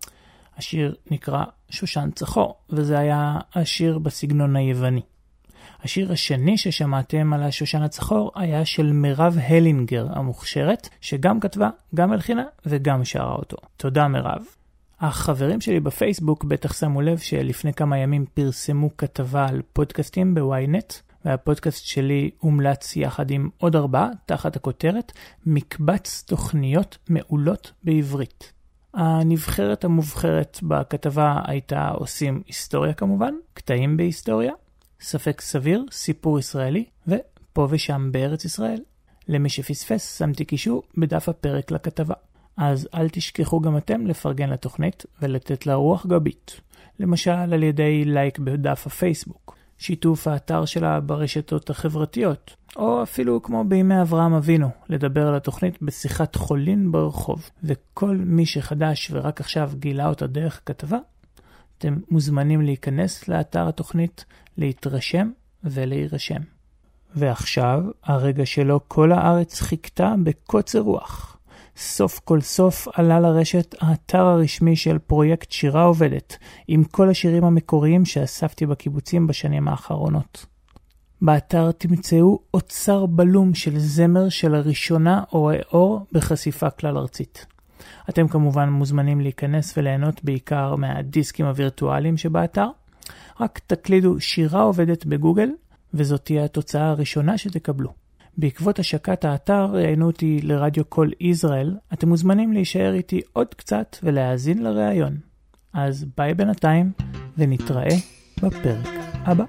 השיר נקרא שושן צחור, וזה היה השיר בסגנון היווני. השיר השני ששמעתם על השושן הצחור היה של מירב הלינגר המוכשרת, שגם כתבה, גם הלחינה וגם שרה אותו. תודה מירב. החברים שלי בפייסבוק בטח שמו לב שלפני כמה ימים פרסמו כתבה על פודקאסטים בוויינט, והפודקאסט שלי הומלץ יחד עם עוד 4 תחת הכותרת מקבץ תוכניות מעולות בעברית. הנבחרת המובחרת בכתבה הייתה עושים היסטוריה כמובן, קטעים בהיסטוריה, ספק סביר, סיפור ישראלי, ופה ושם בארץ ישראל. למי שפספס, שמתי קישור בדף הפרק לכתבה. אז אל תשכחו גם אתם לפרגן לתוכנית ולתת לה רוח גבית. למשל על ידי לייק בדף הפייסבוק, שיתוף האתר שלה ברשתות החברתיות, או אפילו כמו בימי אברהם אבינו, לדבר על התוכנית בשיחת חולין ברחוב. וכל מי שחדש ורק עכשיו גילה אותה דרך כתבה, אתם מוזמנים להיכנס לאתר התוכנית, להתרשם ולהירשם. ועכשיו, הרגע שלו כל הארץ חיכתה בקוצר רוח. סוף כל סוף עלה לרשת האתר הרשמי של פרויקט שירה עובדת, עם כל השירים המקוריים שאספתי בקיבוצים בשנים האחרונות. באתר תמצאו אוצר בלום של זמר של הראשונה רואה אור בחשיפה כלל ארצית. אתם כמובן מוזמנים להיכנס וליהנות בעיקר מהדיסקים הווירטואליים שבאתר. רק תקלידו שירה עובדת בגוגל, וזאת תהיה התוצאה הראשונה שתקבלו. בעקבות השקת האתר ראיינו אותי לרדיו קול ישראל, אתם מוזמנים להישאר איתי עוד קצת ולהאזין לראיון. אז ביי בינתיים, ונתראה בפרק הבא.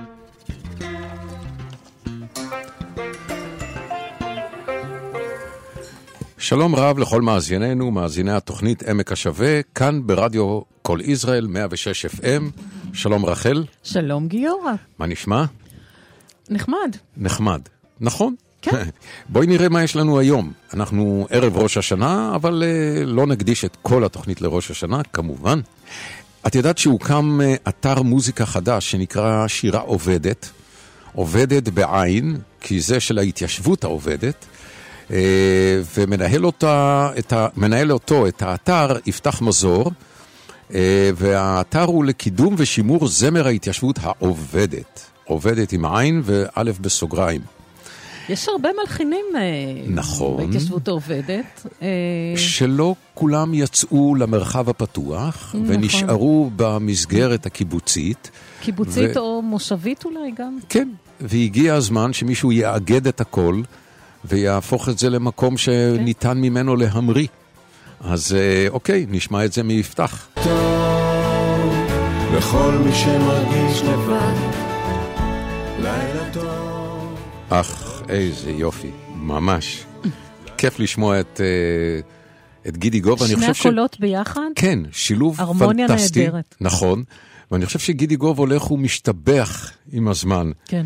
שלום רב לכל מאזיננו, מאזיני התוכנית עמק השווה, כאן ברדיו קול ישראל 106 FM. שלום רחל. שלום גיורא. מה נשמע? נחמד. נחמד, נכון? כן. בואי נראה מה יש לנו היום. אנחנו ערב ראש השנה, אבל לא נקדיש את כל התוכנית לראש השנה, כמובן. את יודעת שהוקם אתר מוזיקה חדש שנקרא שירה עובדת, עובדת בעין, כי זה של ההתיישבות העובדת, ומנהל אותו, את האתר, יפתח מזור, והאתר הוא לקידום ושימור זמר ההתיישבות העובדת. עובדת עם עין וא' בסוגריים. יש הרבה מלחינים נכון. בהתיישבות העובדת. שלא כולם יצאו למרחב הפתוח, נכון. ונשארו במסגרת הקיבוצית. קיבוצית או מושבית אולי גם? כן, והגיע הזמן שמישהו יאגד את הכל, ויהפוך את זה למקום שניתן ממנו להמריא. אז אוקיי, נשמע את זה מיפתח. טוב, לכל מי שמרגיש לבד, לילה טוב. אך, איזה יופי, ממש. כיף לשמוע את גידי גוב. שני הקולות ביחד? כן, שילוב פנטסטי. הרמוניה נהדרת. נכון, ואני חושב שגידי גוב הולך ומשתבח עם הזמן. כן.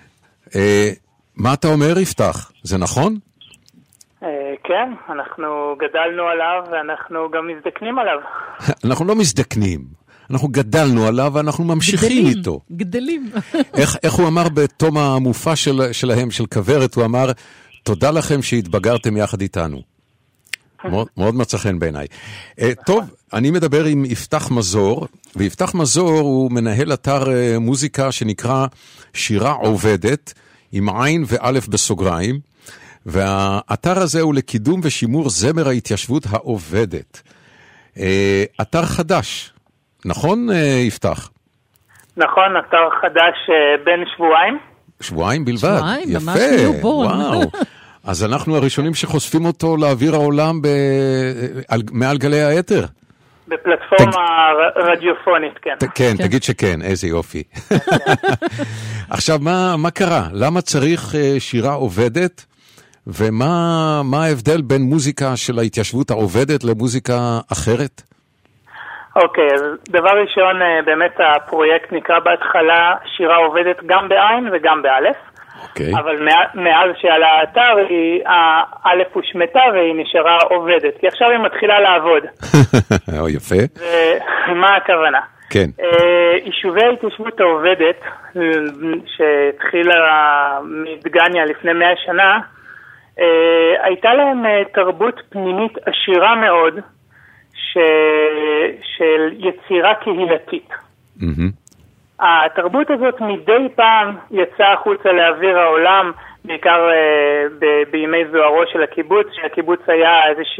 מה אתה אומר, יפתח? זה נכון? כן, אנחנו גדלנו עליו ואנחנו גם מזדקנים עליו. אנחנו לא מזדקנים, אנחנו גדלנו עליו ואנחנו ממשיכים איתו. גדלים. איך הוא אמר בתום המופע שלהם, של כברת, הוא אמר, תודה לכם שהתבגרתם יחד איתנו. מאוד מצא חן בעיניי. טוב, אני מדבר עם יפתח מזור, ויפתח מזור הוא מנהל אתר מוזיקה שנקרא שירה עובדת, עם עין וא' בסוגריים, והאתר הזה הוא לקידום ושימור זמר ההתיישבות העובדת. אתר חדש, נכון יפתח? נכון, אתר חדש בין שבועיים. שבועיים בלבד? שבועיים, יפה, ממש ניובורן. וואו. אז אנחנו הראשונים שחושפים אותו לאוויר העולם מעל גלי האתר. בפלטפורמה רדיופונית, כן. כן, תגיד שכן, איזה יופי. עכשיו, מה קרה? למה צריך שירה עובדת? ומה ההבדל בין מוזיקה של ההתיישבות העובדת למוזיקה אחרת? אוקיי, אז דבר ראשון, באמת הפרויקט נקרא בהתחלה שירה עובדת גם בעין וגם באלף. אוקיי. אבל מאז שעל האתר האלף הושמטה והיא נשארה עובדת, כי עכשיו היא מתחילה לעבוד. יפה. ומה הכוונה? כן. יישובי ההתיישבות העובדת, שהתחילה מדגניה לפני 100 שנה, הייתה להם תרבות פנימית עשירה מאוד של יצירה קהילתית. התרבות הזאת מדי פעם יצאה החוצה לאוויר העולם, בעיקר בימי זוהרו של הקיבוץ, שהקיבוץ היה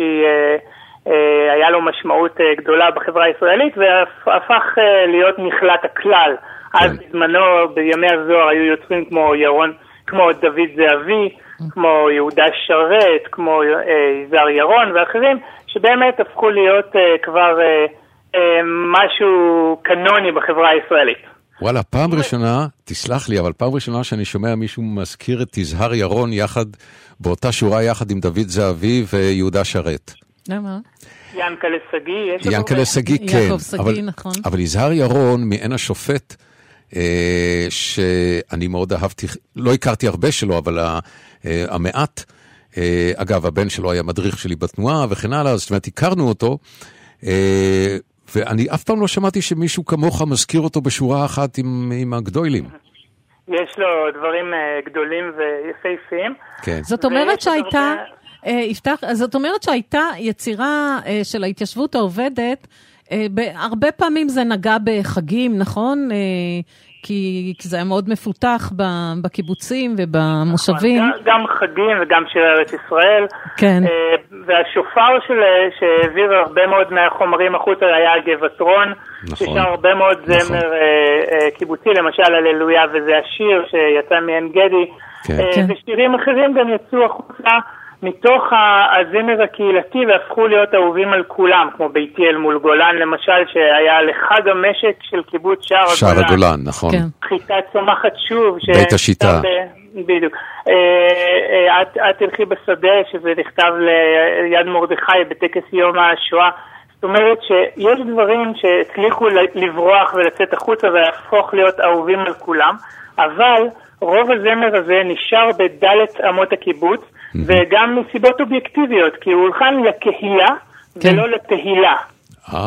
היה לו משמעות גדולה בחברה הישראלית, והפך להיות נחלת הכלל. אז בזמנו, בימי הזוהר, היו יוצרים כמו דוד זהבי, כמו יהודה שרת, כמו יזהר ירון ואחרים, שבאמת הפכו להיות כבר משהו קנוני בחברה הישראלית. וואלה, פעם ראשונה, תסלח לי, אבל פעם ראשונה שאני שומע מישהו מזכיר את יזהר ירון באותה שורה יחד עם דוד זהבי ויהודה שרת. למה? ינקלה שגיא, ינקלה שגיא, כן. יעקב שגיא, נכון. אבל יזהר ירון מעין השופט, שאני מאוד אהבתי, לא הכרתי הרבה שלו, אבל המעט, אגב, הבן שלו היה מדריך שלי בתנועה וכן הלאה, זאת אומרת, הכרנו אותו, ואני אף פעם לא שמעתי שמישהו כמוך מזכיר אותו בשורה אחת עם הגדולים. יש לו דברים גדולים ויפהפיים. כן. זאת אומרת שהייתה, זאת אומרת שהייתה יצירה של ההתיישבות העובדת, הרבה פעמים זה נגע בחגים, נכון? כי זה היה מאוד מפותח בקיבוצים ובמושבים. גם חגים וגם של ארץ ישראל. כן. והשופר שהעביר הרבה מאוד מהחומרים החוצה היה גבעתרון, ששר הרבה מאוד זמר קיבוצי, למשל הללויה וזה השיר שיצא מעין גדי, ושירים אחרים גם יצאו החוצה מתוך הזמר הקהילתי והפכו להיות אהובים על כולם, כמו ביתי אל מול גולן למשל, שהיה לחג המשק של קיבוץ שער הגולן, נכון. חיטה צומחת שוב. בית השיטה. בדיוק. את תלכי בשדה, שזה נכתב ליד מרדכי בטקס יום השואה. זאת אומרת שיש דברים שהצליחו לברוח ולצאת החוצה ולהפוך להיות אהובים על כולם, אבל רוב הזמר הזה נשאר בדלת אמות הקיבוץ, וגם מסיבות אובייקטיביות, כי הוא הולחן לקהילה ולא לתהילה.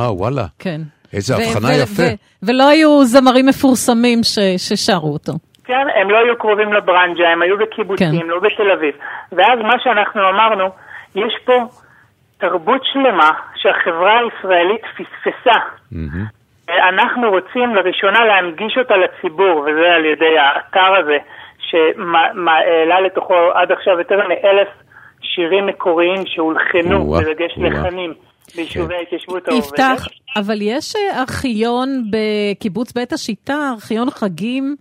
וואלה. כן. איזה הבחנה יפה. ולא היו זמרים מפורסמים ששרו אותו. כן, כן, הם לא היו קרובים לברנג'ה, הם היו בקיבוצים, לא בתל אביב. ואז מה שאנחנו אמרנו, יש פה תרבות שלמה שהחברה הישראלית פספסה. אנחנו רוצים לראשונה להנגיש אותה לציבור, וזה על ידי האתר הזה, שהעלה לתוכו עד עכשיו יותר מ1,000 שירים מקוריים שהולחנו בדגש לחנים ביישובי ההתיישבות העובדת. יפתח, אבל יש ארכיון בקיבוץ בית השיטה, ארכיון חגים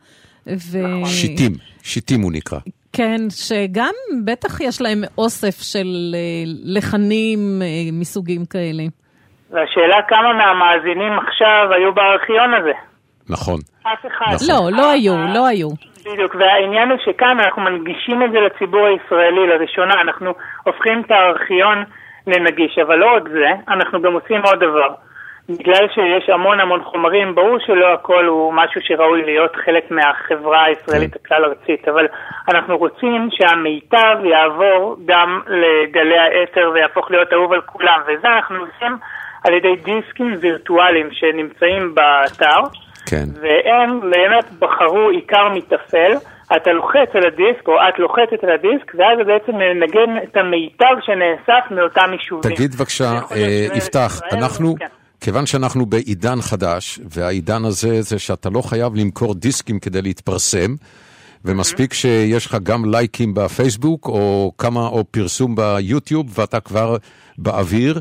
שיטים הוא נקרא. כן, שגם בטח יש להם אוסף של לחנים מסוגים כאלה. והשאלה כמה מהמאזינים עכשיו היו בארכיון הזה. נכון. אף אחד. לא היו. בדיוק, והעניין הוא שכאן אנחנו מנגישים את זה לציבור הישראלי לראשונה, אנחנו הופכים את הארכיון לנגיש, אבל לא רק זה, אנחנו גם עושים עוד דבר. בגלל שיש המון חומרים, ברור שלא הכל הוא משהו שראוי להיות חלק מהחברה הישראלית הכלל ארצית, אבל אנחנו רוצים שהמיטב יעבור גם לגלי האתר ויהפוך להיות אהוב על כולם, וזה אנחנו עושים על ידי דיסקים וירטואליים שנמצאים באתר, כן. והם באמת בחרו עיקר מתפעל, אתה לוחץ על הדיסק או את לוחצת על הדיסק, ואז זה בעצם מנגן את המיטב שנאסף מאותם יישובים. תגיד בבקשה, יפתח, אנחנו... כן. כיוון שאנחנו בעידן חדש, והעידן הזה זה שאתה לא חייב למכור דיסקים כדי להתפרסם, ומספיק שיש לך גם לייקים בפייסבוק, או פרסום ביוטיוב, ואתה כבר באוויר.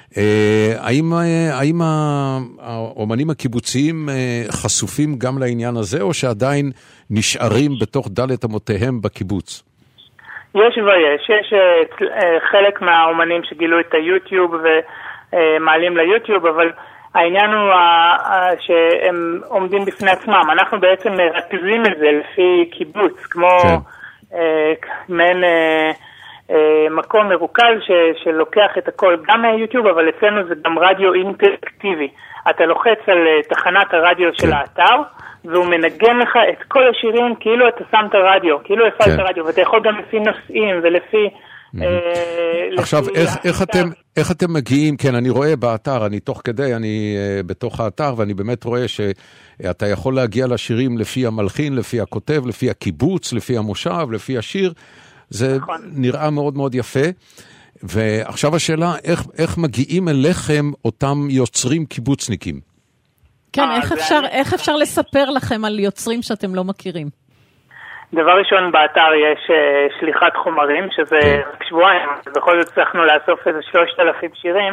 האם האומנים הקיבוציים חשופים גם לעניין הזה, או שעדיין נשארים בתוך דלת אמותיהם בקיבוץ? יש חלק מהאומנים שגילו את היוטיוב ומעלים ליוטיוב, אבל העניין הוא שהם עומדים בפני עצמם. אנחנו בעצם מרכזים את זה לפי קיבוץ, כמו מעין מקום מרוכז שלוקח את הכל גם מהיוטיוב, אבל אצלנו זה גם רדיו אינטראקטיבי. אתה לוחץ על תחנת הרדיו של האתר, והוא מנגן לך את כל השירים כאילו אתה שם את הרדיו, כאילו הפעלת הרדיו, ואתה יכול גם לפי נושאים ולפי... עכשיו, איך אתם מגיעים? כן, אני רואה באתר, אני תוך כדי, אני בתוך האתר, ואני באמת רואה שאתה יכול להגיע לשירים לפי המלחין, לפי הכותב, לפי הקיבוץ, לפי המושב, לפי השיר. זה נראה מאוד מאוד יפה. ועכשיו השאלה, איך מגיעים אליכם אותם יוצרים קיבוצניקים? כן, איך אפשר לספר לכם על יוצרים שאתם לא מכירים? דבר ראשון, באתר יש שליחת חומרים, שזה רק שבועיים, בכל זאת צריכנו לאסוף איזה 3,000 שירים.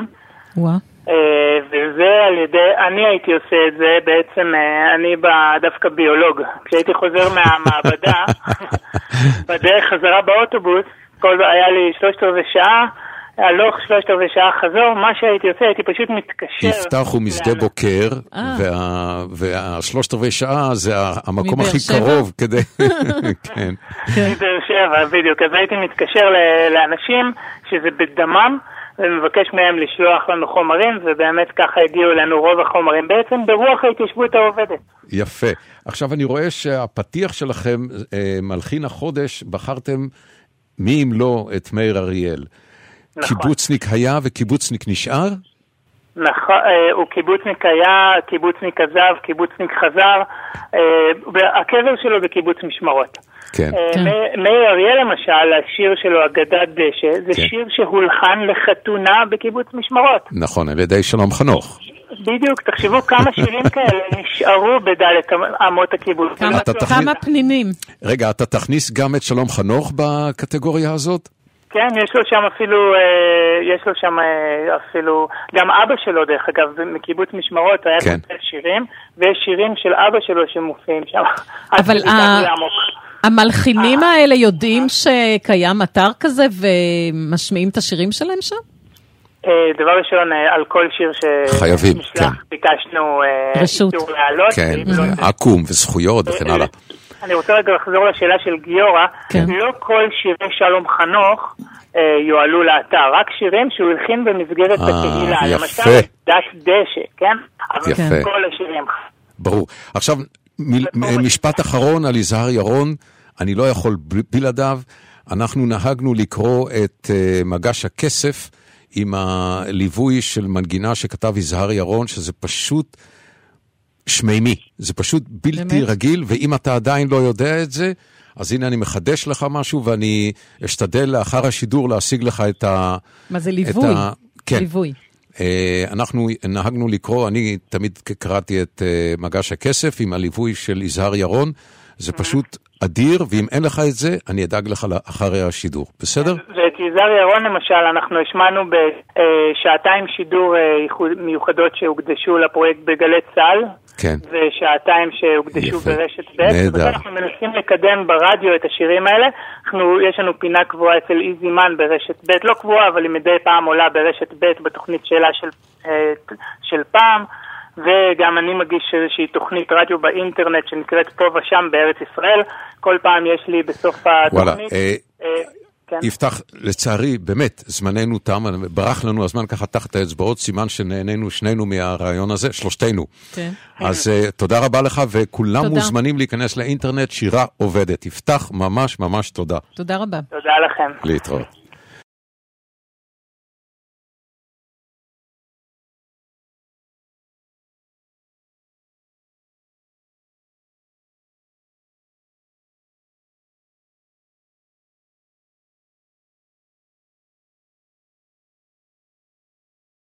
וזה על ידי, אני הייתי עושה את זה, בעצם אני דווקא ביולוג. כשהייתי חוזר מהמעבדה, בדרך חזרה באוטובוס, היה לי 3/4 שעה, הלוך 3/4 שעה חזור, מה שהייתי עושה, הייתי פשוט מתקשר. יפתח הוא משדה בוקר, וה3/4 שעה זה המקום הכי קרוב כדי... כן. מבאר שבע, בדיוק. אז הייתי מתקשר לאנשים שזה בדמם, ומבקש מהם לשלוח לנו חומרים, ובאמת ככה הגיעו לנו רוב החומרים, בעצם ברוח ההתיישבות העובדת. יפה. עכשיו אני רואה שהפתיח שלכם, מלחין החודש, בחרתם מי אם לא את מאיר אריאל. נכון. קיבוצניק היה וקיבוצניק נשאר? נכון, הוא קיבוצניק היה, קיבוצניק עזב, קיבוצניק חזר, הקבר שלו בקיבוץ משמרות. כן. מאיר אריאל למשל, השיר שלו, אגדת דשא, זה שיר שהולחן לחתונה בקיבוץ משמרות. נכון, על ידי שלום חנוך. בדיוק, תחשבו כמה שירים כאלה נשארו בדלת אמות הקיבוץ. כמה פנינים. רגע, אתה תכניס גם את שלום חנוך בקטגוריה הזאת? כן, יש לו שם אפילו, גם אבא שלו דרך אגב, מקיבוץ משמרות היה כותב שירים, ויש שירים של אבא שלו שמופיעים שם. אבל המלחינים האלה יודעים שקיים אתר כזה ומשמיעים את השירים שלהם שם? דבר ראשון, על כל שיר שנשלח ביקשנו איתור להעלות. כן, עקום וזכויות וכן הלאה. אני רוצה רגע לחזור לשאלה של גיורא, לא כל שירי שלום חנוך יועלו לאתר, רק שירים שהוא הלחין במסגרת הקהילה, למשל דת דשא, כן? אבל כל השירים. ברור. עכשיו, משפט אחרון על יזהר ירון, אני לא יכול בלעדיו, אנחנו נהגנו לקרוא את מגש הכסף עם הליווי של מנגינה שכתב יזהר ירון, שזה פשוט שמימי. זה פשוט בלתי רגיל, ואם אתה עדיין לא יודע את זה, אז הנה אני מחדש לך משהו, ואני אשתדל לאחר השידור להשיג לך את ה... מה זה ליווי? כן. ליווי. אנחנו נהגנו לקרוא, אני תמיד קראתי את מגש הכסף עם הליווי של יזהר ירון, זה פשוט אדיר, ואם אין לך את זה, אני אדאג לך אחרי השידור, בסדר? ואת יזהר ירון למשל, אנחנו השמענו בשעתיים שידור מיוחדות שהוקדשו לפרויקט בגלי צה"ל, כן. ושעתיים שהוקדשו ברשת ב'. נהדר. אנחנו מנסים לקדם ברדיו את השירים האלה. יש לנו פינה קבועה אצל איזי מן ברשת ב', לא קבועה, אבל היא מדי פעם עולה ברשת ב' בתוכנית שאלה של פעם. וגם אני מגיש איזושהי תוכנית רדיו באינטרנט שנקראת פה ושם בארץ ישראל. כל פעם יש לי בסוף התוכנית... כן. יפתח, לצערי, באמת, זמננו תם, ברח לנו הזמן ככה תחת האצבעות, סימן שנהנינו שנינו מהרעיון הזה, שלושתנו. כן. אז תודה רבה לך, וכולם תודה. מוזמנים להיכנס לאינטרנט, שירה עובדת. יפתח, ממש ממש תודה. תודה רבה. תודה לכם. להתראות.